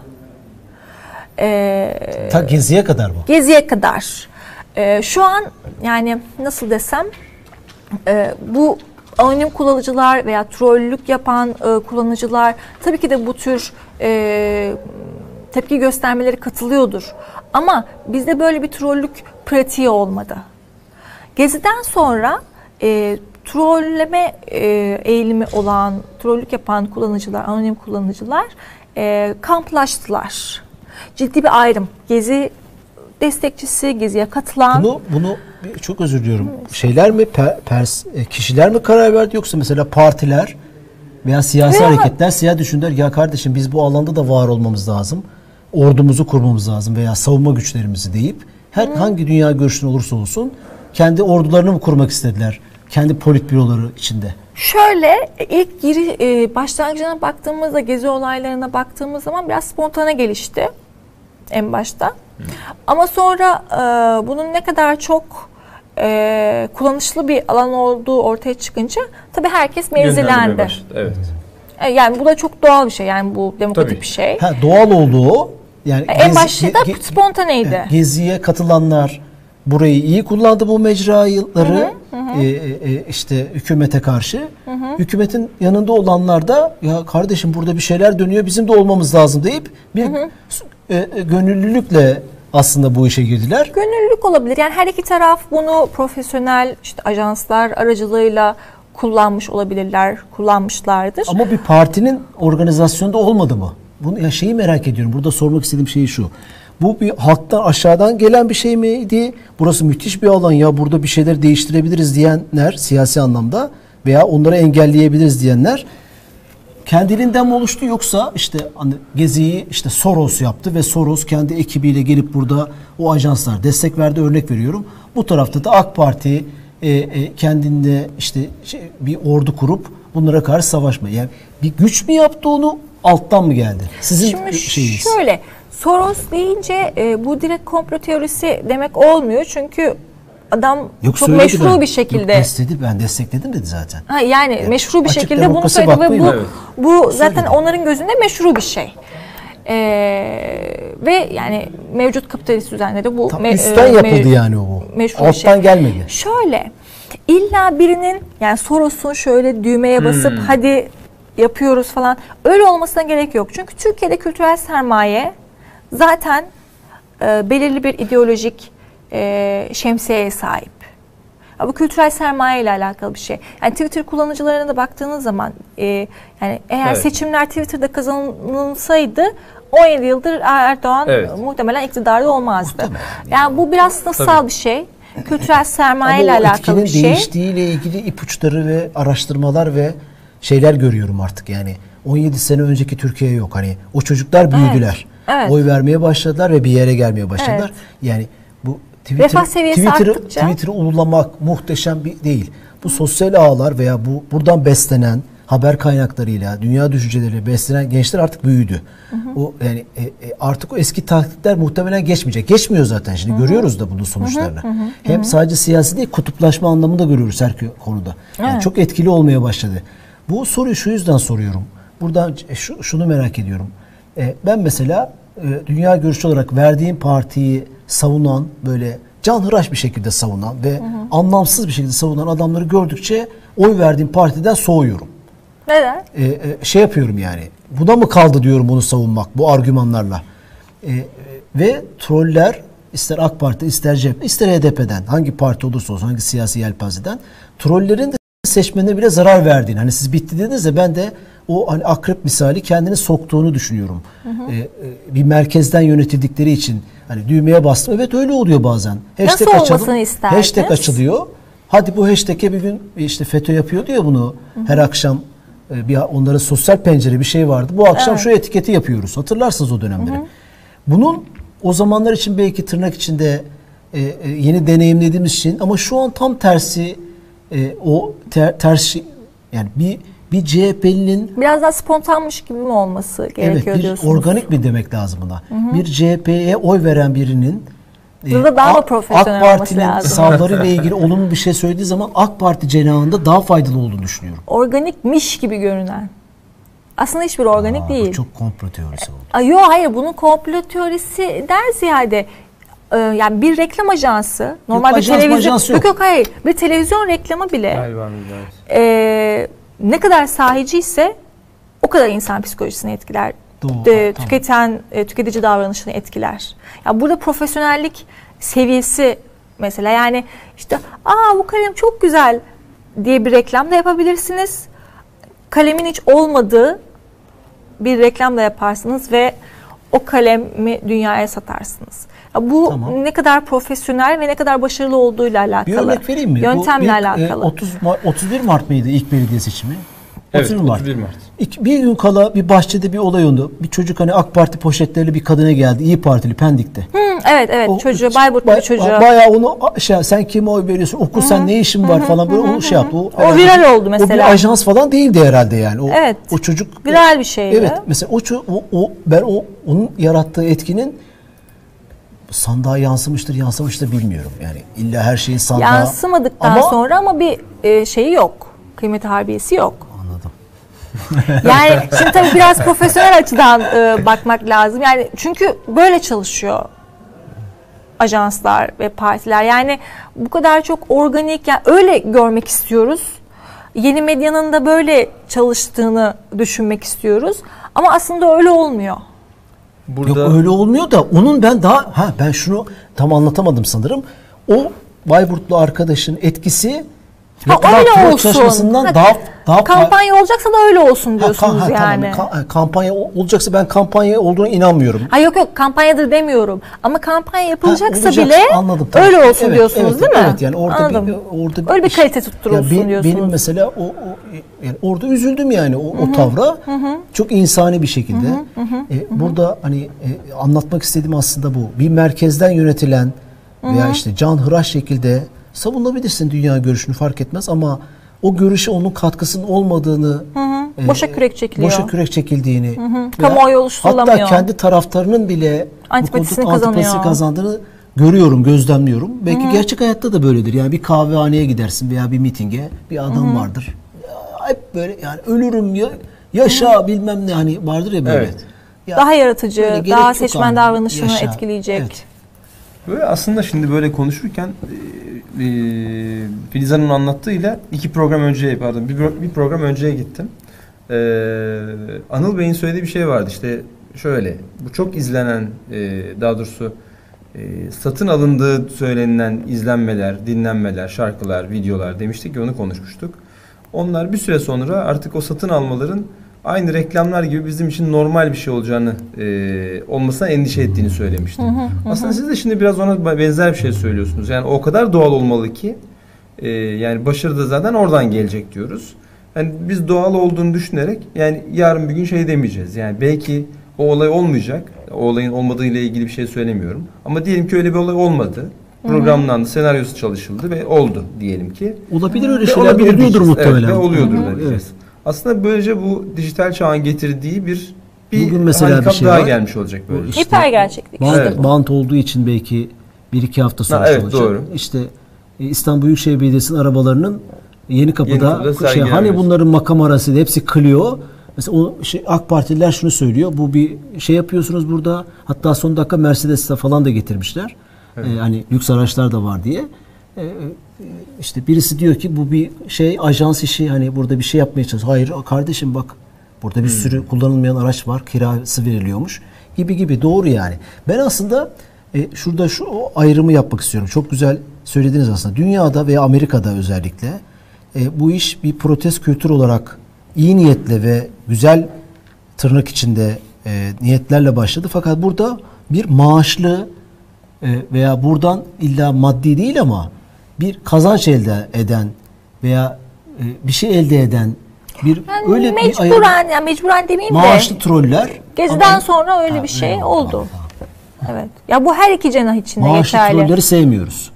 Ee, Ta Gezi'ye kadar mı? Gezi'ye kadar. Ee, şu an yani nasıl desem e, bu anonim kullanıcılar veya trollük yapan e, kullanıcılar tabii ki de bu tür e, tepki göstermeleri katılıyordur. Ama bizde böyle bir trollük pratiği olmadı. Gezi'den sonra e, trolleme e, eğilimi olan, trollük yapan kullanıcılar, anonim kullanıcılar e, kamplaştılar. Ciddi bir ayrım. Gezi destekçisi, Gezi'ye katılan. Bunu, bunu çok özür diliyorum. Şeyler mi, per, pers, kişiler mi karar verdi yoksa mesela partiler veya siyasi veya hareketler siyah düşündüler. Ya kardeşim biz bu alanda da var olmamız lazım. Ordumuzu kurmamız lazım veya savunma güçlerimizi deyip her Hı. hangi dünya görüşün olursa olsun kendi ordularını mı kurmak istediler? Kendi politbüroları içinde. Şöyle ilk giri e, başlangıcına baktığımızda Gezi olaylarına baktığımız zaman biraz spontane gelişti en başta. Hı. Ama sonra e, bunun ne kadar çok e, kullanışlı bir alan olduğu ortaya çıkınca tabii herkes mevzilendi. Evet. E, yani bu da çok doğal bir şey. Yani bu demokratik tabii. bir şey. Ha, doğal olduğu yani e, en başta da ge, spontaneydi. Gezi'ye katılanlar burayı iyi kullandı bu mecraları hı hı. E, e, işte hükümete karşı. Hı hı. Hükümetin yanında olanlar da ya kardeşim burada bir şeyler dönüyor bizim de olmamız lazım deyip bir hı hı. E, e, gönüllülükle aslında bu işe girdiler. Gönüllülük olabilir. Yani her iki taraf bunu profesyonel işte ajanslar aracılığıyla kullanmış olabilirler, kullanmışlardır. Ama bir partinin organizasyonda olmadı mı? Bunu ya şeyi merak ediyorum. Burada sormak istediğim şey şu. Bu bir halktan aşağıdan gelen bir şey miydi? Burası müthiş bir alan ya burada bir şeyler değiştirebiliriz diyenler siyasi anlamda veya onları engelleyebiliriz diyenler kendiliğinden mi oluştu yoksa işte hani Gezi'yi işte Soros yaptı ve Soros kendi ekibiyle gelip burada o ajanslar destek verdi örnek veriyorum. Bu tarafta da AK Parti e, e, kendinde işte şey, bir ordu kurup bunlara karşı savaşma. Yani bir güç mü yaptı onu alttan mı geldi? Sizin Şimdi şeyiniz. Şöyle Soros deyince e, bu direkt komplo teorisi demek olmuyor çünkü adam Yok, çok meşru ben. bir şekilde. Yok, destedi, ben destekledim dedi zaten. Ha, yani, yani meşru bir şekilde bunu söyledi ve bu, evet. bu zaten söyledi. Onların gözünde meşru bir şey. Ee, ve yani mevcut kapitalist düzende de bu Tam me, üstten e, yapıldı me, yani o bu. Alttan şey. gelmedi. Şöyle illa birinin yani Soros'un şöyle düğmeye basıp hmm. hadi yapıyoruz falan öyle olmasına gerek yok. Çünkü Türkiye'de kültürel sermaye zaten e, belirli bir ideolojik e, şemsiyeye sahip. Ya, bu kültürel sermaye ile alakalı bir şey. Yani Twitter kullanıcılarına da baktığınız zaman e, yani eğer evet. seçimler Twitter'da kazanılsaydı on yedi yıldır Erdoğan evet. muhtemelen iktidarda olmazdı. Muhtemelen. Yani bu biraz sınıfsal Tabii. bir şey. Kültürel sermaye ile alakalı bir şey. Ama o etkinin değiştiğiyle ilgili ipuçları ve araştırmalar ve şeyler görüyorum artık yani. on yedi sene önceki Türkiye yok. Hani o çocuklar büyüdüler. Evet. Evet. Oy vermeye başladılar ve bir yere gelmeye başladılar. Evet. Yani bu Twitter, Refah seviyesi Twitter'ı, arttıkça. Twitter'ı ululamak muhteşem bir değil. Bu sosyal ağlar veya bu buradan beslenen haber kaynaklarıyla, dünya düşünceleriyle beslenen gençler artık büyüdü. Hı hı. O yani e, e, artık o eski taktikler muhtemelen geçmeyecek. Geçmiyor zaten. Şimdi hı hı. görüyoruz da bunun sonuçlarını. Hı hı. Hı hı. Hem sadece siyasi değil, kutuplaşma anlamında görüyoruz her konuda. Yani evet. Çok etkili olmaya başladı. Bu soruyu şu yüzden soruyorum. Buradan şu, şunu merak ediyorum. E, ben mesela e, dünya görüşü olarak verdiğim partiyi savunan, böyle canhıraş bir şekilde savunan ve hı hı. anlamsız bir şekilde savunan adamları gördükçe oy verdiğim partiden soğuyorum. Neden? Ee, e, şey yapıyorum yani. Buna mı kaldı diyorum bunu savunmak bu argümanlarla. Ee, e, ve troller ister AK Parti ister C H P ister H D P'den hangi parti olursa olsun hangi siyasi yelpazeden trollerin de seçmenine bile zarar verdiğini. Hani siz bitti dediniz de ben de o hani akrep misali kendini soktuğunu düşünüyorum. Hı hı. Ee, e, bir merkezden yönetildikleri için hani düğmeye bastım. Evet öyle oluyor bazen. Hashtag Nasıl açalım, olmasını isterdiniz? Hashtag açılıyor. Hadi bu hashtag'e bir gün işte FETÖ yapıyor diyor bunu. Hı hı. Her akşam bir onların sosyal pencere bir şey vardı. Bu akşam evet. şu etiketi yapıyoruz. Hatırlarsınız o dönemleri. Hı hı. Bunun o zamanlar için belki tırnak içinde e, e, yeni deneyimlediğimiz için ama şu an tam tersi e, o ter, ters yani bir bir C H P'linin biraz daha spontanmış gibi mi olması gerekiyor evet, bir diyorsunuz? Organik mi demek lazım buna? Hı hı. Bir C H P'ye oy veren birinin burada daha da profesyonel AK olması lazım. savlarıyla ilgili olumlu bir şey söylediği zaman AK Parti cenahında daha faydalı olduğunu düşünüyorum. Organikmiş gibi görünen. Aslında hiçbir organik Aa, değil. Çok komplo teorisi oldu. Ay, yok hayır bunun komplo teorisi der ziyade e, yani bir reklam ajansı normal yok, bir televizyon yok. yok yok hayır bir televizyon reklamı bile Galiba, e, ne kadar sahici ise o kadar insan psikolojisini etkiler. Doğru, De, tamam. tüketen e, tüketici davranışını etkiler. Ya burada profesyonellik seviyesi mesela yani işte aa bu kalem çok güzel diye bir reklam da yapabilirsiniz. Kalemin hiç olmadığı bir reklam da yaparsınız ve o kalemi dünyaya satarsınız. Ya bu tamam. ne kadar profesyonel ve ne kadar başarılı olduğuyla alakalı. Bir örnek vereyim mi? Yöntemle bir, alakalı. otuz, otuz bir Mart mıydı ilk belediye seçimi? Evet, otuz bir Mart. otuz bir Mart. İki, bir gün kala bir bahçede bir olay oldu. Bir çocuk hani AK Parti poşetleriyle bir kadına geldi. İyi Partili Pendik'te. Hı, evet evet o, çocuğu Bayburtlu bay, bir çocuğu. Bayağı onu şey, sen kime oy veriyorsun? Oku sen ne işin var falan böyle onu şey yaptı. O, o viral oldu mesela. O bir ajans falan değildi herhalde yani. O, evet. O çocuk viral bir şeydi. Evet mesela o, o, o ben o onun yarattığı etkinin sandığa yansımıştır yansımıştır bilmiyorum. Yani illa her şeyin sandığa. Yansımadıktan ama, sonra ama bir e, şeyi yok. Kıymeti harbiyesi yok. Anladım. Yani şimdi tabii biraz profesyonel açıdan e, bakmak lazım. Yani çünkü böyle çalışıyor ajanslar ve partiler. Yani bu kadar çok organik yani öyle görmek istiyoruz. Yeni medyanın da böyle çalıştığını düşünmek istiyoruz. Ama aslında öyle olmuyor. Burada... Yok öyle olmuyor da onun ben daha ha ben şunu tam anlatamadım sanırım. O Bayburtlu arkadaşın etkisi ha, öyle olsun. Ha, daha daha kampanya olacaksa da öyle olsun diyorsunuz ha, ha, yani. Tamam. Ka- kampanya olacaksa ben kampanya olduğuna inanmıyorum. Ha yok yok kampanyadır demiyorum. Ama kampanya yapılacaksa ha, bile anladım, öyle olsun evet, diyorsunuz evet, değil mi? Evet yani orada Anladım. bir, orada bir öyle bir kalite tutturulsun yani diyorsunuz. Benim mesela o, o yani orada üzüldüm yani o, o tavra. Hı hı. Çok insani bir şekilde. Hı hı, hı hı, e, hı. Burada hani e, anlatmak istediğim aslında bu. Bir merkezden yönetilen veya hı hı. işte canhıraş şekilde savunabilirsin dünya görüşünü fark etmez ama o görüşe onun katkısının olmadığını, hı hı. boşa e, kürek çekiliyor. Boşa kürek çekildiğini, hı hı. kamuoyu oluşturulamıyor. Hatta kendi taraftarının bile antipatisini antipatisi kazandığını görüyorum, gözlemliyorum. Belki hı hı. gerçek hayatta da böyledir. Yani bir kahvehaneye gidersin veya bir mitinge bir adam hı hı. vardır. Ya, hep böyle yani ölürüm ya yaşa hı hı. bilmem ne hani vardır ya böyle. Evet. Ya, daha yaratıcı, daha seçmen davranışını yaşa. etkileyecek. Evet. Böyle aslında şimdi böyle konuşurken e, Filiz Hanım'ın anlattığıyla iki program önceye pardon bir, bir program önceye gittim. E, Anıl Bey'in söylediği bir şey vardı işte şöyle bu çok izlenen e, daha doğrusu e, satın alındığı söylenilen izlenmeler, dinlenmeler, şarkılar, videolar demiştik ki onu konuşmuştuk. Onlar bir süre sonra artık o satın almaların aynı reklamlar gibi bizim için normal bir şey olacağını e, olmasına endişe ettiğini söylemiştim. Hı hı, Aslında hı. siz de şimdi biraz ona benzer bir şey söylüyorsunuz. Yani o kadar doğal olmalı ki e, yani başarı da zaten oradan gelecek diyoruz. Yani biz doğal olduğunu düşünerek yani yarın bir gün şey demeyeceğiz. Yani belki o olay olmayacak. O olayın olmadığıyla ilgili bir şey söylemiyorum. Ama diyelim ki öyle bir olay olmadı. Programlandı, senaryosu çalışıldı ve oldu diyelim ki. Olabilir öyle Ve şeyler olabilir oluyordur diyeceğiz. muhtemelen. Evet, ve oluyordur da Evet. diyeceğiz. Aslında böylece bu dijital çağın getirdiği bir bir Bugün mesela handikap bir şey daha var. gelmiş olacak böyle. İşte Hiper gerçeklik. Bant, Evet. bant olduğu için belki bir iki hafta sonra Ha, evet, olacak. doğru. İşte e, İstanbul Büyükşehir Belediyesi'nin arabalarının Yeni Kapı'da, Yeni Kapı'da şey, sergilenmesi. hani bunların makam arası hepsi Clio. Mesela o şey, AK Partililer şunu söylüyor. Bu bir şey yapıyorsunuz burada. Hatta son dakika Mercedes'te falan da getirmişler. Evet. Ee, hani lüks araçlar da var diye. Ee, işte birisi diyor ki bu bir şey ajans işi, hani burada bir şey yapmaya çalışıyor. Hayır kardeşim bak burada bir Hmm. sürü kullanılmayan araç var. Kirası veriliyormuş. Gibi gibi doğru yani. Ben aslında e, şurada şu o ayrımı yapmak istiyorum. Çok güzel söylediniz aslında. Dünyada veya Amerika'da özellikle e, bu iş bir protest kültür olarak iyi niyetle ve güzel tırnak içinde e, niyetlerle başladı. Fakat burada bir maaşlı e, veya buradan illa maddi değil ama bir kazanç elde eden veya e, bir şey elde eden bir Yani öyle bir mecburen, yani mecburen demeyeyim maaşlı de troller. Gezi'den ama- sonra öyle Ha, bir şey öyle oldu. Tamam, tamam. Evet. Ya bu her iki cenah için de Maaşlı geçerli. trolleri sevmiyoruz.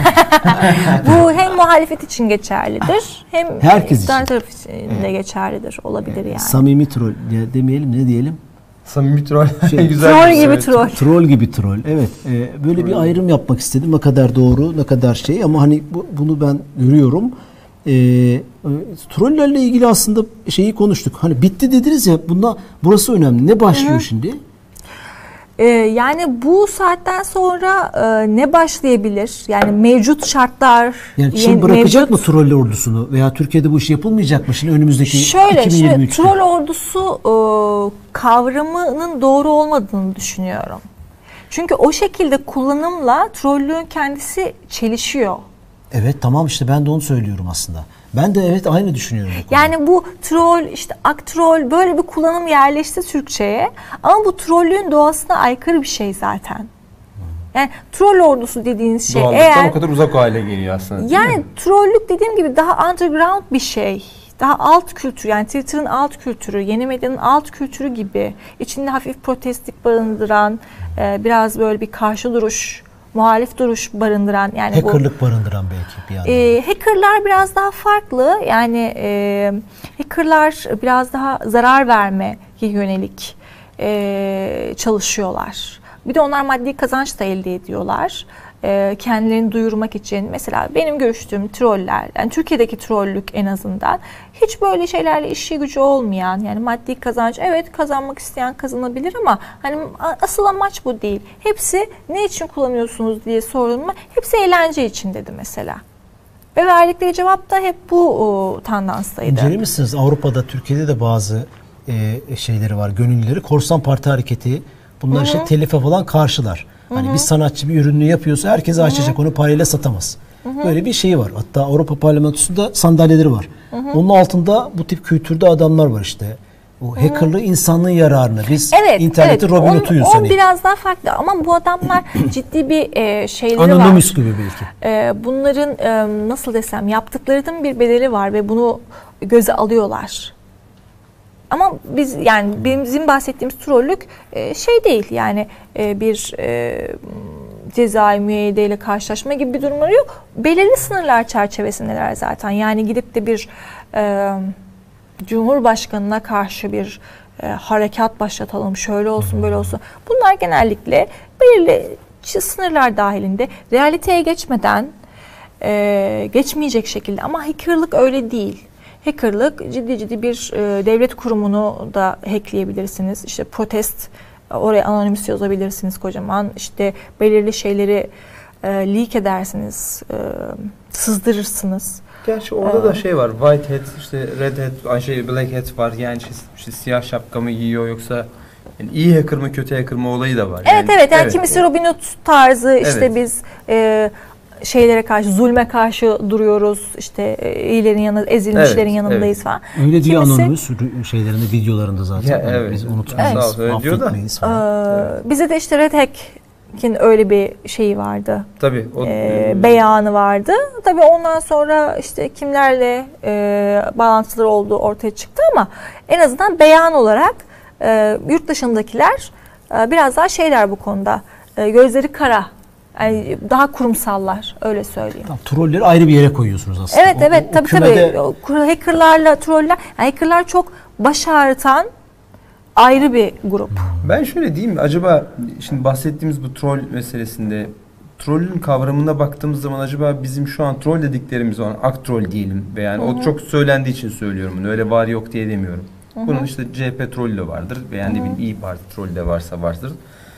Bu hem muhalefet için geçerlidir, hem Herkes iktidar için. tarafı için de geçerlidir, olabilir yani. Samimi troll ya demeyelim, ne diyelim? Samimi troll. Şey, Güzel Troll bir gibi evet. troll. Troll gibi troll. Evet. e, böyle bir ayrım yapmak istedim. Ne kadar doğru, ne kadar şey, ama hani bu, bunu ben görüyorum. E, e, trollerle ilgili aslında şeyi konuştuk. Hani bitti dediniz ya, bunda burası önemli. Ne başlıyor Hı-hı. şimdi? Ee, yani bu saatten sonra e, ne başlayabilir? Yani mevcut şartlar, Yani Çin yeni- bırakacak mevcut- mı troll ordusunu veya Türkiye'de bu iş yapılmayacak mı şimdi önümüzdeki Şöyle, iki bin yirmi üçte? şimdi troll ordusu e, kavramının doğru olmadığını düşünüyorum. Çünkü o şekilde kullanımla trollüğün kendisi çelişiyor. Evet tamam, işte ben de onu söylüyorum aslında. Ben de evet aynı düşünüyorum. bu konuda. Yani bu troll, işte aktrol, böyle bir kullanım yerleşti Türkçe'ye. Ama bu trollüğün doğasına aykırı bir şey zaten. Yani troll ordusu dediğiniz şey Doğallıktan eğer... o kadar uzak hale geliyor aslında. değil Yani mi? trollük dediğim gibi daha underground bir şey. Daha alt kültür, yani Twitter'ın alt kültürü, yeni medyanın alt kültürü gibi. İçinde hafif protestlik barındıran, e, biraz böyle bir karşı duruş, muhalif duruş barındıran. Yani bu Hackerlık barındıran belki bir yandan. e, hackerlar biraz daha farklı. Yani e, hackerlar biraz daha zarar vermeye yönelik e, çalışıyorlar. Bir de onlar maddi kazanç da elde ediyorlar. E, kendilerini duyurmak için. Mesela benim görüştüğüm troller, yani Türkiye'deki trollük en azından hiç böyle şeylerle işi gücü olmayan, yani maddi kazanç, evet kazanmak isteyen kazanabilir ama hani asıl amaç bu değil. Hepsi ne için kullanıyorsunuz diye sorulma, hepsi eğlence için dedi mesela. Ve verdikleri cevap da hep bu o, tandanstaydı. İncelemişsiniz, Avrupa'da, Türkiye'de de bazı e, şeyleri var, gönüllüleri. Korsan Parti Hareketi, bunlar işte telife falan karşılar. Hani bir sanatçı bir ürünü yapıyorsa herkese açacak, onu parayla satamaz. Böyle bir şey var. Hatta Avrupa Parlamentosu'nda sandalyeleri var. Onun altında bu tip kültürde adamlar var işte. O hackerlığı insanlığın yararına. Biz Evet, internette evet. Robin On- Hood'uyuz on hani. biraz daha farklı ama bu adamlar ciddi bir e, şeyleri Anonymous var. gibi belki. E, bunların e, nasıl desem yaptıklarının bir bedeli var ve bunu göze alıyorlar. Ama biz, yani bizim bahsettiğimiz trollük e, şey değil, yani e, bir e, cezai müeyyideyle karşılaşma gibi bir durumları yok. Belirli sınırlar çerçevesindeler zaten. Yani gidip de bir e, Cumhurbaşkanına karşı bir e, harekat başlatalım, şöyle olsun böyle olsun. Bunlar genellikle belirli sınırlar dahilinde, realiteye geçmeden e, geçmeyecek şekilde. Ama hackerlık öyle değil. Hackerlık ciddi ciddi bir e, devlet kurumunu da hackleyebilirsiniz. İşte protest, oraya anonymous yazabilirsiniz kocaman. İşte belirli şeyleri e, leak edersiniz, e, sızdırırsınız. Gerçi orada da şey var. White hat, işte red hat, şey black hat var. Yani işte, işte siyah şapka mı giyiyor yoksa yani iyi hacker mı kötü hacker mı olayı da var. Evet evet, yani kimisi Robin Hood tarzı, işte Evet. biz e, şeylere karşı, zulme karşı duruyoruz. İşte e, iyilerin yanında, ezilmişlerin Evet, yanındayız evet. falan. Öyle diyor Kimisi- Anonymous şeylerinde, videolarında zaten. Ya, Hani evet. Biz Evet. unutmayız, Sağ ol, öyle diyor da. affetmeyiz falan. Ee, bize de işte Red Hack'in öyle bir şeyi vardı. Tabii. O, e, beyanı vardı. Tabii ondan sonra işte kimlerle e, bağlantıları olduğu ortaya çıktı ama en azından beyan olarak E, yurt dışındakiler e, biraz daha şeyler bu konuda. E, gözleri kara. Yani daha kurumsallar, öyle söyleyeyim. Tamam, trolleri ayrı bir yere koyuyorsunuz aslında. Evet O- evet o tabii kümede- tabii. O hackerlarla troller, yani hackerlar çok baş ağrıtan ayrı bir grup. Ben şöyle diyeyim mi? Acaba şimdi bahsettiğimiz bu troll meselesinde trollün kavramına baktığımız zaman acaba bizim şu an troll dediklerimiz olan ak troll diyelim ve yani o çok söylendiği için söylüyorum bunu. Öyle var yok diye demiyorum. Hı-hı. Bunun işte C H P trollü de vardır ve yani ne bileyim İYİ Parti trollü de varsa vardır.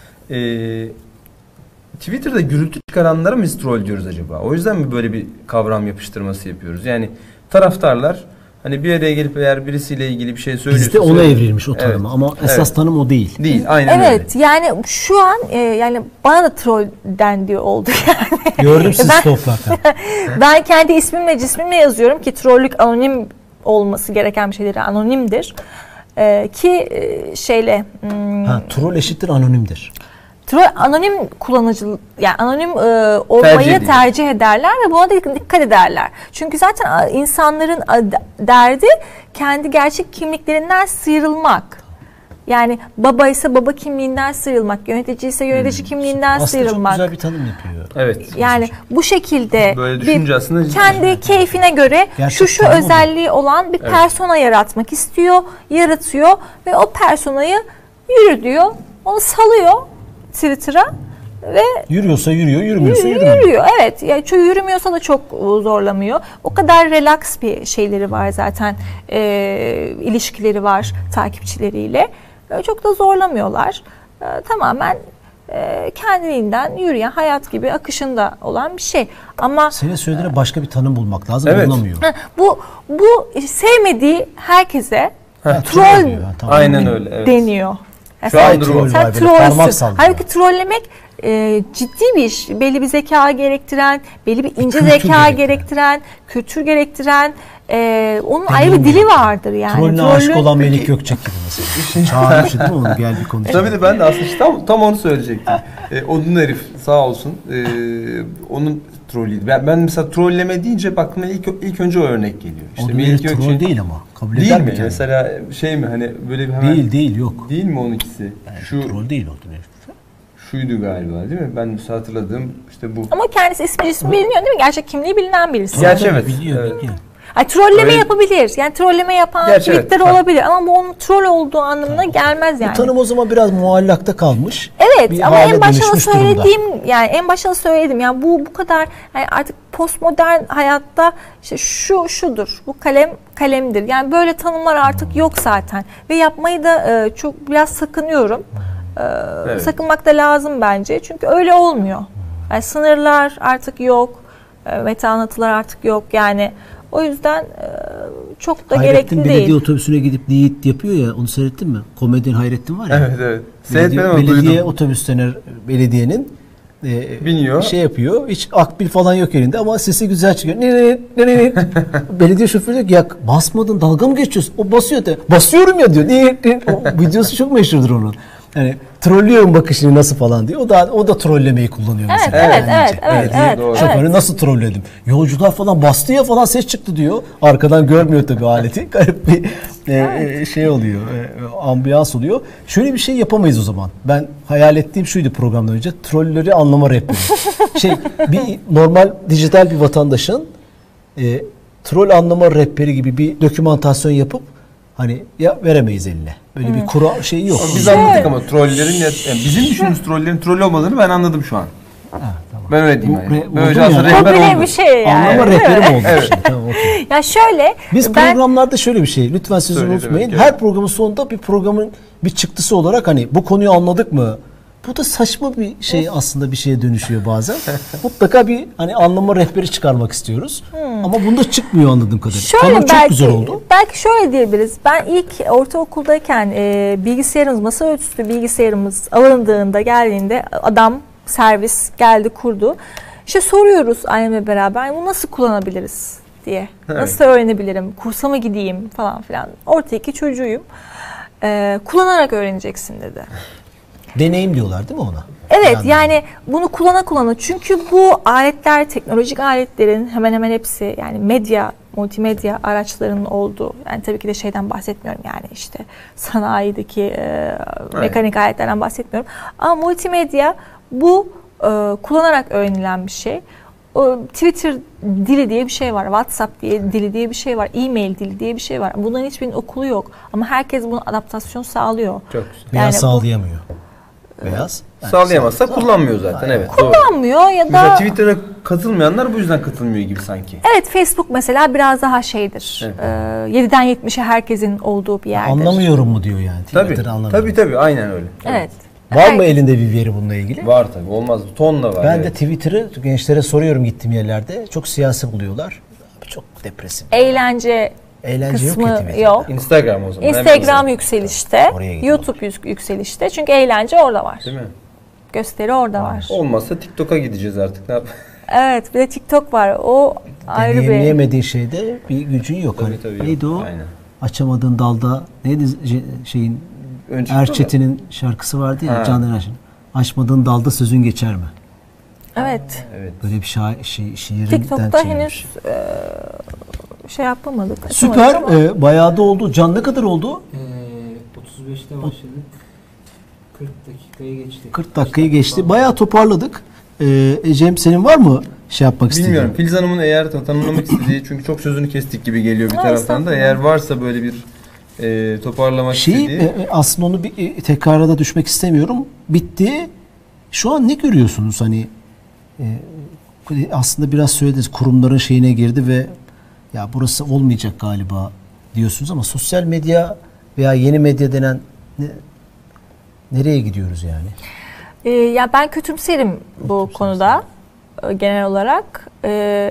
Ee, Twitter'da gürültü çıkaranlara mı biz troll diyoruz acaba? O yüzden mi böyle bir kavram yapıştırması yapıyoruz? Yani taraftarlar hani bir araya gelip eğer birisiyle ilgili bir şey söylüyorsa... Bizde ona evrilmiş o tanım Evet. ama esas Evet. tanım o değil. Değil, aynen Evet öyle. yani şu an e, yani bana da troll dendi oldu yani. Gördüm sizi Ben- stoklarken. Ben kendi ismimle cismimle yazıyorum ki trollük anonim olması gereken bir şeydir, anonimdir. E, ki e, şeyle hmm, Ha, troll eşittir anonimdir. troll anonim kullanıcı, yani anonim e, olmayı Tercih tercih, ediyor. ederler ve buna da dikkat ederler. Çünkü zaten a, insanların a, derdi kendi gerçek kimliklerinden sıyrılmak. Yani baba ise baba kimliğinden sıyrılmak, yönetici ise yönetici kimliğinden Aslında sıyrılmak. çok güzel bir tanım yapıyor. Evet. Yani bu şekilde Böyle bir düşünce aslında kendi keyfine göre Gerçek şu şu tanım o. özelliği olan bir Evet. persona yaratmak istiyor, yaratıyor ve o personayı yürü diyor, onu salıyor Twitter'a ve Yürüyorsa yürüyor, yürümüyorsa yürü- yürümüyor. yürüyor. Evet, yani çünkü yürümüyorsa da çok zorlamıyor. O kadar relax bir şeyleri var zaten, e, ilişkileri var takipçileriyle. E, çok da zorlamıyorlar. E, tamamen e, kendiliğinden yürüyen, hayat gibi akışında olan bir şey. Ama Senin söylediğine başka bir tanım bulmak lazım, Evet. bulamıyor. ha, bu bu sevmediği herkese Ha, troll diyor, ha, tamam. Aynen öyle. Evet. deniyor. Yani Şu sen, an durum o. sen Var böyle, parmak trollsün. sallıyor. Halbuki trollemek e, ciddi bir iş. Belli bir zeka gerektiren, belli bir ince kültür zeka gerektiren. gerektiren, kültür gerektiren, e, onun Benim ayrı bir dili gibi. vardır yani. Trolüne aşık Trollün- olan Melih Gökçek gibi mesela. Çağırmıştı değil mi onu? Gel bir konuş. Tabii de ben de aslında işte tam, tam onu söyleyecektim. Ee, odun herif sağ olsun. Ee, onun trollüydü. Ben, ben mesela trolleme deyince aklıma ilk, ilk önce o örnek geliyor. O da Melih bir troll Gökçek- değil ama. Kabul Değil eder mi? mi? kendini? Mesela şey mi hani böyle bir hemen... Değil değil yok. Değil mi onunkisi? Yani Şu troll değil o. Değil. şuydu galiba değil mi? Ben mesela hatırladığım işte bu. Ama kendisi ismi cismi biliniyor değil mi? Gerçek kimliği bilinen birisi. Gerçi Tabii, evet, Biliyor, evet. biliyor. Ay, trolleme Öyle- yapabilir. Yani trolleme yapan Gerçi evet, tweetler tabii. olabilir ama bu onun troll olduğu anlamına gelmez yani. Bu tanım o zaman biraz muallakta kalmış. Evet bir ama hale en başta da dönüşmüş durumda. söylediğim yani en başta da söyledim yani bu bu kadar yani artık postmodern hayatta işte şu şudur, bu kalem kalemdir. Yani böyle tanımlar artık yok zaten ve yapmayı da e, çok biraz sakınıyorum. E, Evet. Sakınmak da lazım bence çünkü öyle olmuyor. Yani sınırlar artık yok, e, meta anlatılar artık yok yani. O yüzden e, çok da Hayrettin gerekli belediye değil. otobüsüne gidip Yiğit yapıyor ya, onu seyrettin mi? Komedyen Hayrettin var ya. Evet evet. Belediye, Seyretmedim ama belediye duydum. otobüslerine belediyenin e, Biniyor. şey yapıyor. Hiç akbil falan yok elinde ama sesi güzel çıkıyor. Ne ne ne ne ne. Belediye şoförü diyor ki ya basmadın, dalga mı geçiyorsun? O basıyor de. Basıyorum ya diyor. Ne, ne. O videosu çok meşhurdur onun. Yani trollüyorum bakışını nasıl falan diyor. O da o da trollemeyi kullanıyor Evet, mesela. evet, bence. evet, evet, Belediye evet, doğru. şoförü evet. nasıl trolledim? Yolcular falan bastı ya falan ses çıktı diyor. Arkadan görmüyor tabii aleti. Garip bir e, e, şey oluyor. E, ambiyans oluyor. Şöyle bir şey yapamayız o zaman. Ben hayal ettiğim şuydu programdan önce. Trolleri anlama rehberi. şey bir normal dijital bir vatandaşın e, troll anlama rehberi gibi bir dokümantasyon yapıp hani ya veremeyiz eline. Böyle bir kura şeyi yok. Biz anladık ama trollerin ya, yani bizim düşündüğümüz trollerin troll olmadığını ben anladım şu an. Ha, tamam. Ben öyle diyeyim. Bu yani. re- Böylece oldu aslında yani. rehber O bile oldu. bir şey yani. Anlama değil mi? rehberi mi oldu? Evet. Şimdi? Tamam, okey. Ya şöyle Biz ben programlarda şöyle bir şey, lütfen sözümü Söyle, unutmayın. evet, Her evet. programın sonunda bir programın bir çıktısı olarak hani bu konuyu anladık mı? Bu da saçma bir şey aslında bir şeye dönüşüyor bazen. Mutlaka bir hani anlama rehberi çıkarmak istiyoruz. Ama bunda çıkmıyor anladığım kadarıyla. şöyle Konu belki çok güzel oldu. belki şöyle diyebiliriz. Ben ilk ortaokuldayken e, bilgisayarımız, masaüstü bilgisayarımız alındığında geldiğinde adam servis geldi kurdu. İşte soruyoruz annemle beraber bunu nasıl kullanabiliriz diye. Evet. Nasıl öğrenebilirim? Kursa mı gideyim falan filan. Orta iki çocuğuyum. E, kullanarak öğreneceksin dedi. Deneyim diyorlar değil mi ona? Evet Yani- yani bunu kullana kullana çünkü bu aletler teknolojik aletlerin hemen hemen hepsi yani medya multimedya araçlarının olduğu, yani tabii ki de şeyden bahsetmiyorum, yani işte sanayideki e, mekanik aletlerden bahsetmiyorum. Ama multimedya bu e, kullanarak öğrenilen bir şey. O Twitter dili diye bir şey var, WhatsApp diye dili diye bir şey var, e-mail dili diye bir şey var. Bunların hiçbirinin okulu yok ama herkes bunu adaptasyon sağlıyor. Çok güzel. Beyaz Yani sağlayamıyor. Beyaz. Yani sağlayamazsa sağ, kullanmıyor zaten. Evet. Kullanmıyor doğru. ya da mesela Twitter'a katılmayanlar bu yüzden katılmıyor gibi sanki. evet, Facebook mesela biraz daha şeydir. Evet. Ee, yediden yetmişe herkesin olduğu bir yerdir. Anlamıyorum mu diyor yani. Tabii. Tabii tabii aynen öyle. Evet. evet. Var evet. mı elinde bir veri bununla ilgili? Var tabii. Olmaz. Tonla var. Ben evet. de Twitter'ı gençlere soruyorum gittiğim yerlerde. Çok siyasi buluyorlar. Çok depresif. Eğlence Eğlence kısmı yok ki yok. Instagram o zaman. Instagram yükselişte, Oraya YouTube yükselişte. Çünkü eğlence orada var. Değil mi? Gösteri orada var. Olmazsa TikTok'a gideceğiz artık. Ne yap? Evet, bir de TikTok var. O ayrı bir... Deneyimleyemediğin şeyde bir gücün yok. Tabii, hani, tabii, neydi yok. o? Aynen. Açamadığın dalda neydi şeyin Önce Erçetin'in şarkısı vardı ya, Can Erçetin. Açmadığın dalda sözün geçer mi? Evet. Evet. Böyle bir şa- şi- şiirinden TikTok'ta çevirmiş. henüz e, şey yapamadık. Süper. Ama... E, bayağı da oldu. Can ne kadar oldu? Ee, otuz beşte başladık. kırk dakikayı geçti. kırk dakikayı geçti. Bayağı toparladık. E, Cem, senin var mı şey yapmak istediğin? Bilmiyorum. Filiz Hanım'ın eğer tanımlamak istediği, çünkü çok sözünü kestik gibi geliyor bir taraftan da. Eğer varsa böyle bir e, toparlamak Şeyi, istediği. e, aslında onu bir e, tekrara da düşmek istemiyorum. Bitti. Şu an ne görüyorsunuz? Hani e, aslında biraz söylediniz, kurumların şeyine girdi ve ya burası olmayacak galiba diyorsunuz ama sosyal medya veya yeni medya denen ne, nereye gidiyoruz yani? Ee, ya ben kötümserim bu konuda e, genel olarak. Ee,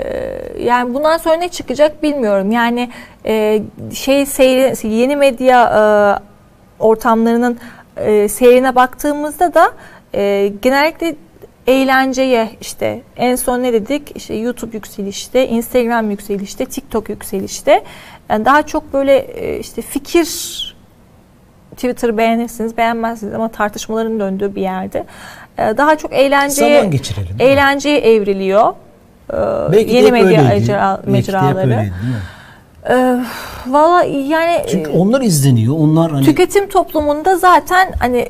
yani bundan sonra ne çıkacak bilmiyorum. Yani e, şey seyri, yeni medya e, ortamlarının e, seyrine baktığımızda da e, genellikle eğlenceye, işte en son ne dedik? İşte YouTube yükselişte, Instagram yükselişte, TikTok yükselişte. Yani daha çok böyle e, işte fikir, Twitter'ı beğenirsiniz, beğenmezsiniz ama tartışmaların döndüğü bir yerde. E, daha çok eğlenceye, Zaman geçirelim. eğlenceye evriliyor. E, Belki yeni de medya öyleydi. mecra, mecraları. Belki de hep öyleydi, değil mi? E, Valla yani Çünkü onlar izleniyor. Onlar hani tüketim toplumunda zaten hani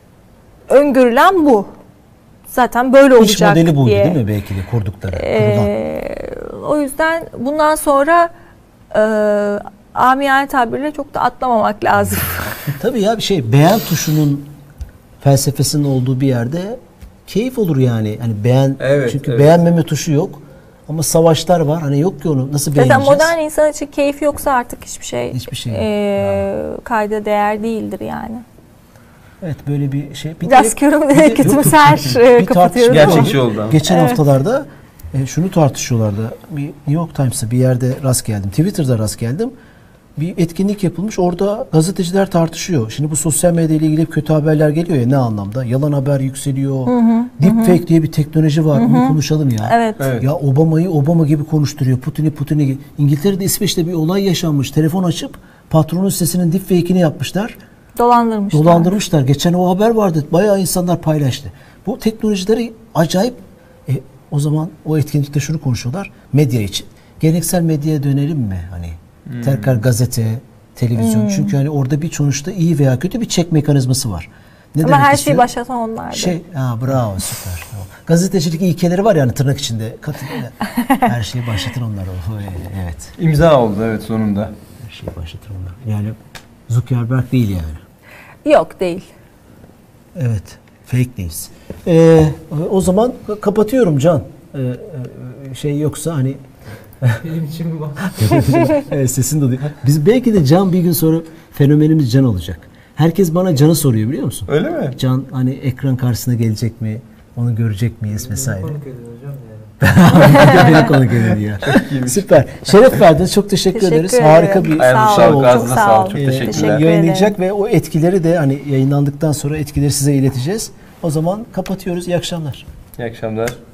öngörülen bu. Zaten böyle olacak iş modeli buydu diye. değil mi belki de kurdukları? Ee, o yüzden bundan sonra e, amiyane tabirle çok da atlamamak lazım. Tabii ya bir şey, beğen tuşunun felsefesinin olduğu bir yerde keyif olur yani. Hani beğen, Evet, çünkü evet. beğenmeme tuşu yok. Ama savaşlar var. Hani yok ki onu nasıl Zaten beğeneceğiz? modern insan için keyif yoksa artık hiçbir şey, Hiçbir şey yok. e, kayda değer değildir yani. Evet, böyle bir şey. Bir Biraz körüm de kötümser bir kapatıyorum. tartışma- Gerçekçi oldu ama. Geçen Evet. haftalarda e, şunu tartışıyorlardı. Bir New York Times'ta bir yerde rast geldim. Twitter'da rast geldim. Bir etkinlik yapılmış. Orada gazeteciler tartışıyor. Şimdi bu sosyal medya ile ilgili kötü haberler geliyor ya, ne anlamda? Yalan haber yükseliyor. Deepfake diye bir teknoloji var. Onu konuşalım ya. Evet. Evet. Ya Obama'yı Obama gibi konuşturuyor. Putin'i Putin'i gibi. İngiltere'de, İsveç'te bir olay yaşanmış. Telefon açıp patronun sitesinin deepfake'ini yapmışlar. Dolandırmışlar. Dolandırmışlar. Geçen o haber vardı. Bayağı insanlar paylaştı. Bu teknolojileri acayip. E, o zaman o etkinlikte şunu konuşuyorlar. Medya için. Geleneksel medyaya dönelim mi? Hani Hmm. tekrar gazete, televizyon. Hmm. Çünkü hani orada bir sonuçta iyi veya kötü bir çek mekanizması var. Ne Ama demek her istiyor? şeyi başlatan onlardı. Şey, ha, bravo, süper. Tamam. Gazetecilik ilkeleri var yani tırnak içinde. Katı, her şeyi başlatır onlar. O, evet. İmza oldu evet sonunda. Her şeyi başlatır onlar. Yani Zuckerberg değil yani. Yok değil. Evet. Fake news. Ee, o zaman kapatıyorum Can. Ee, şey yoksa hani Benim için bu bak. evet, sesin de duyuyor. Biz belki de Can bir gün sonra fenomenimiz Can olacak. Herkes bana Can'ı soruyor, biliyor musun? Öyle mi? Can hani ekran karşısına gelecek mi? Onu görecek miyiz vesaire. Konuk edin hocam yani. Beni konuk edin ya. Süper. Şeref verdiniz. Çok teşekkür, Teşekkür ederiz. ederim. Harika bir Ayağınıza Sağ sağlık, olun. ağzınıza Çok sağ sağlık. olun. Çok Ee, teşekkürler. Teşekkür yayınlayacak ve o etkileri de hani yayınlandıktan sonra etkileri size ileteceğiz. O zaman kapatıyoruz. İyi akşamlar. İyi akşamlar.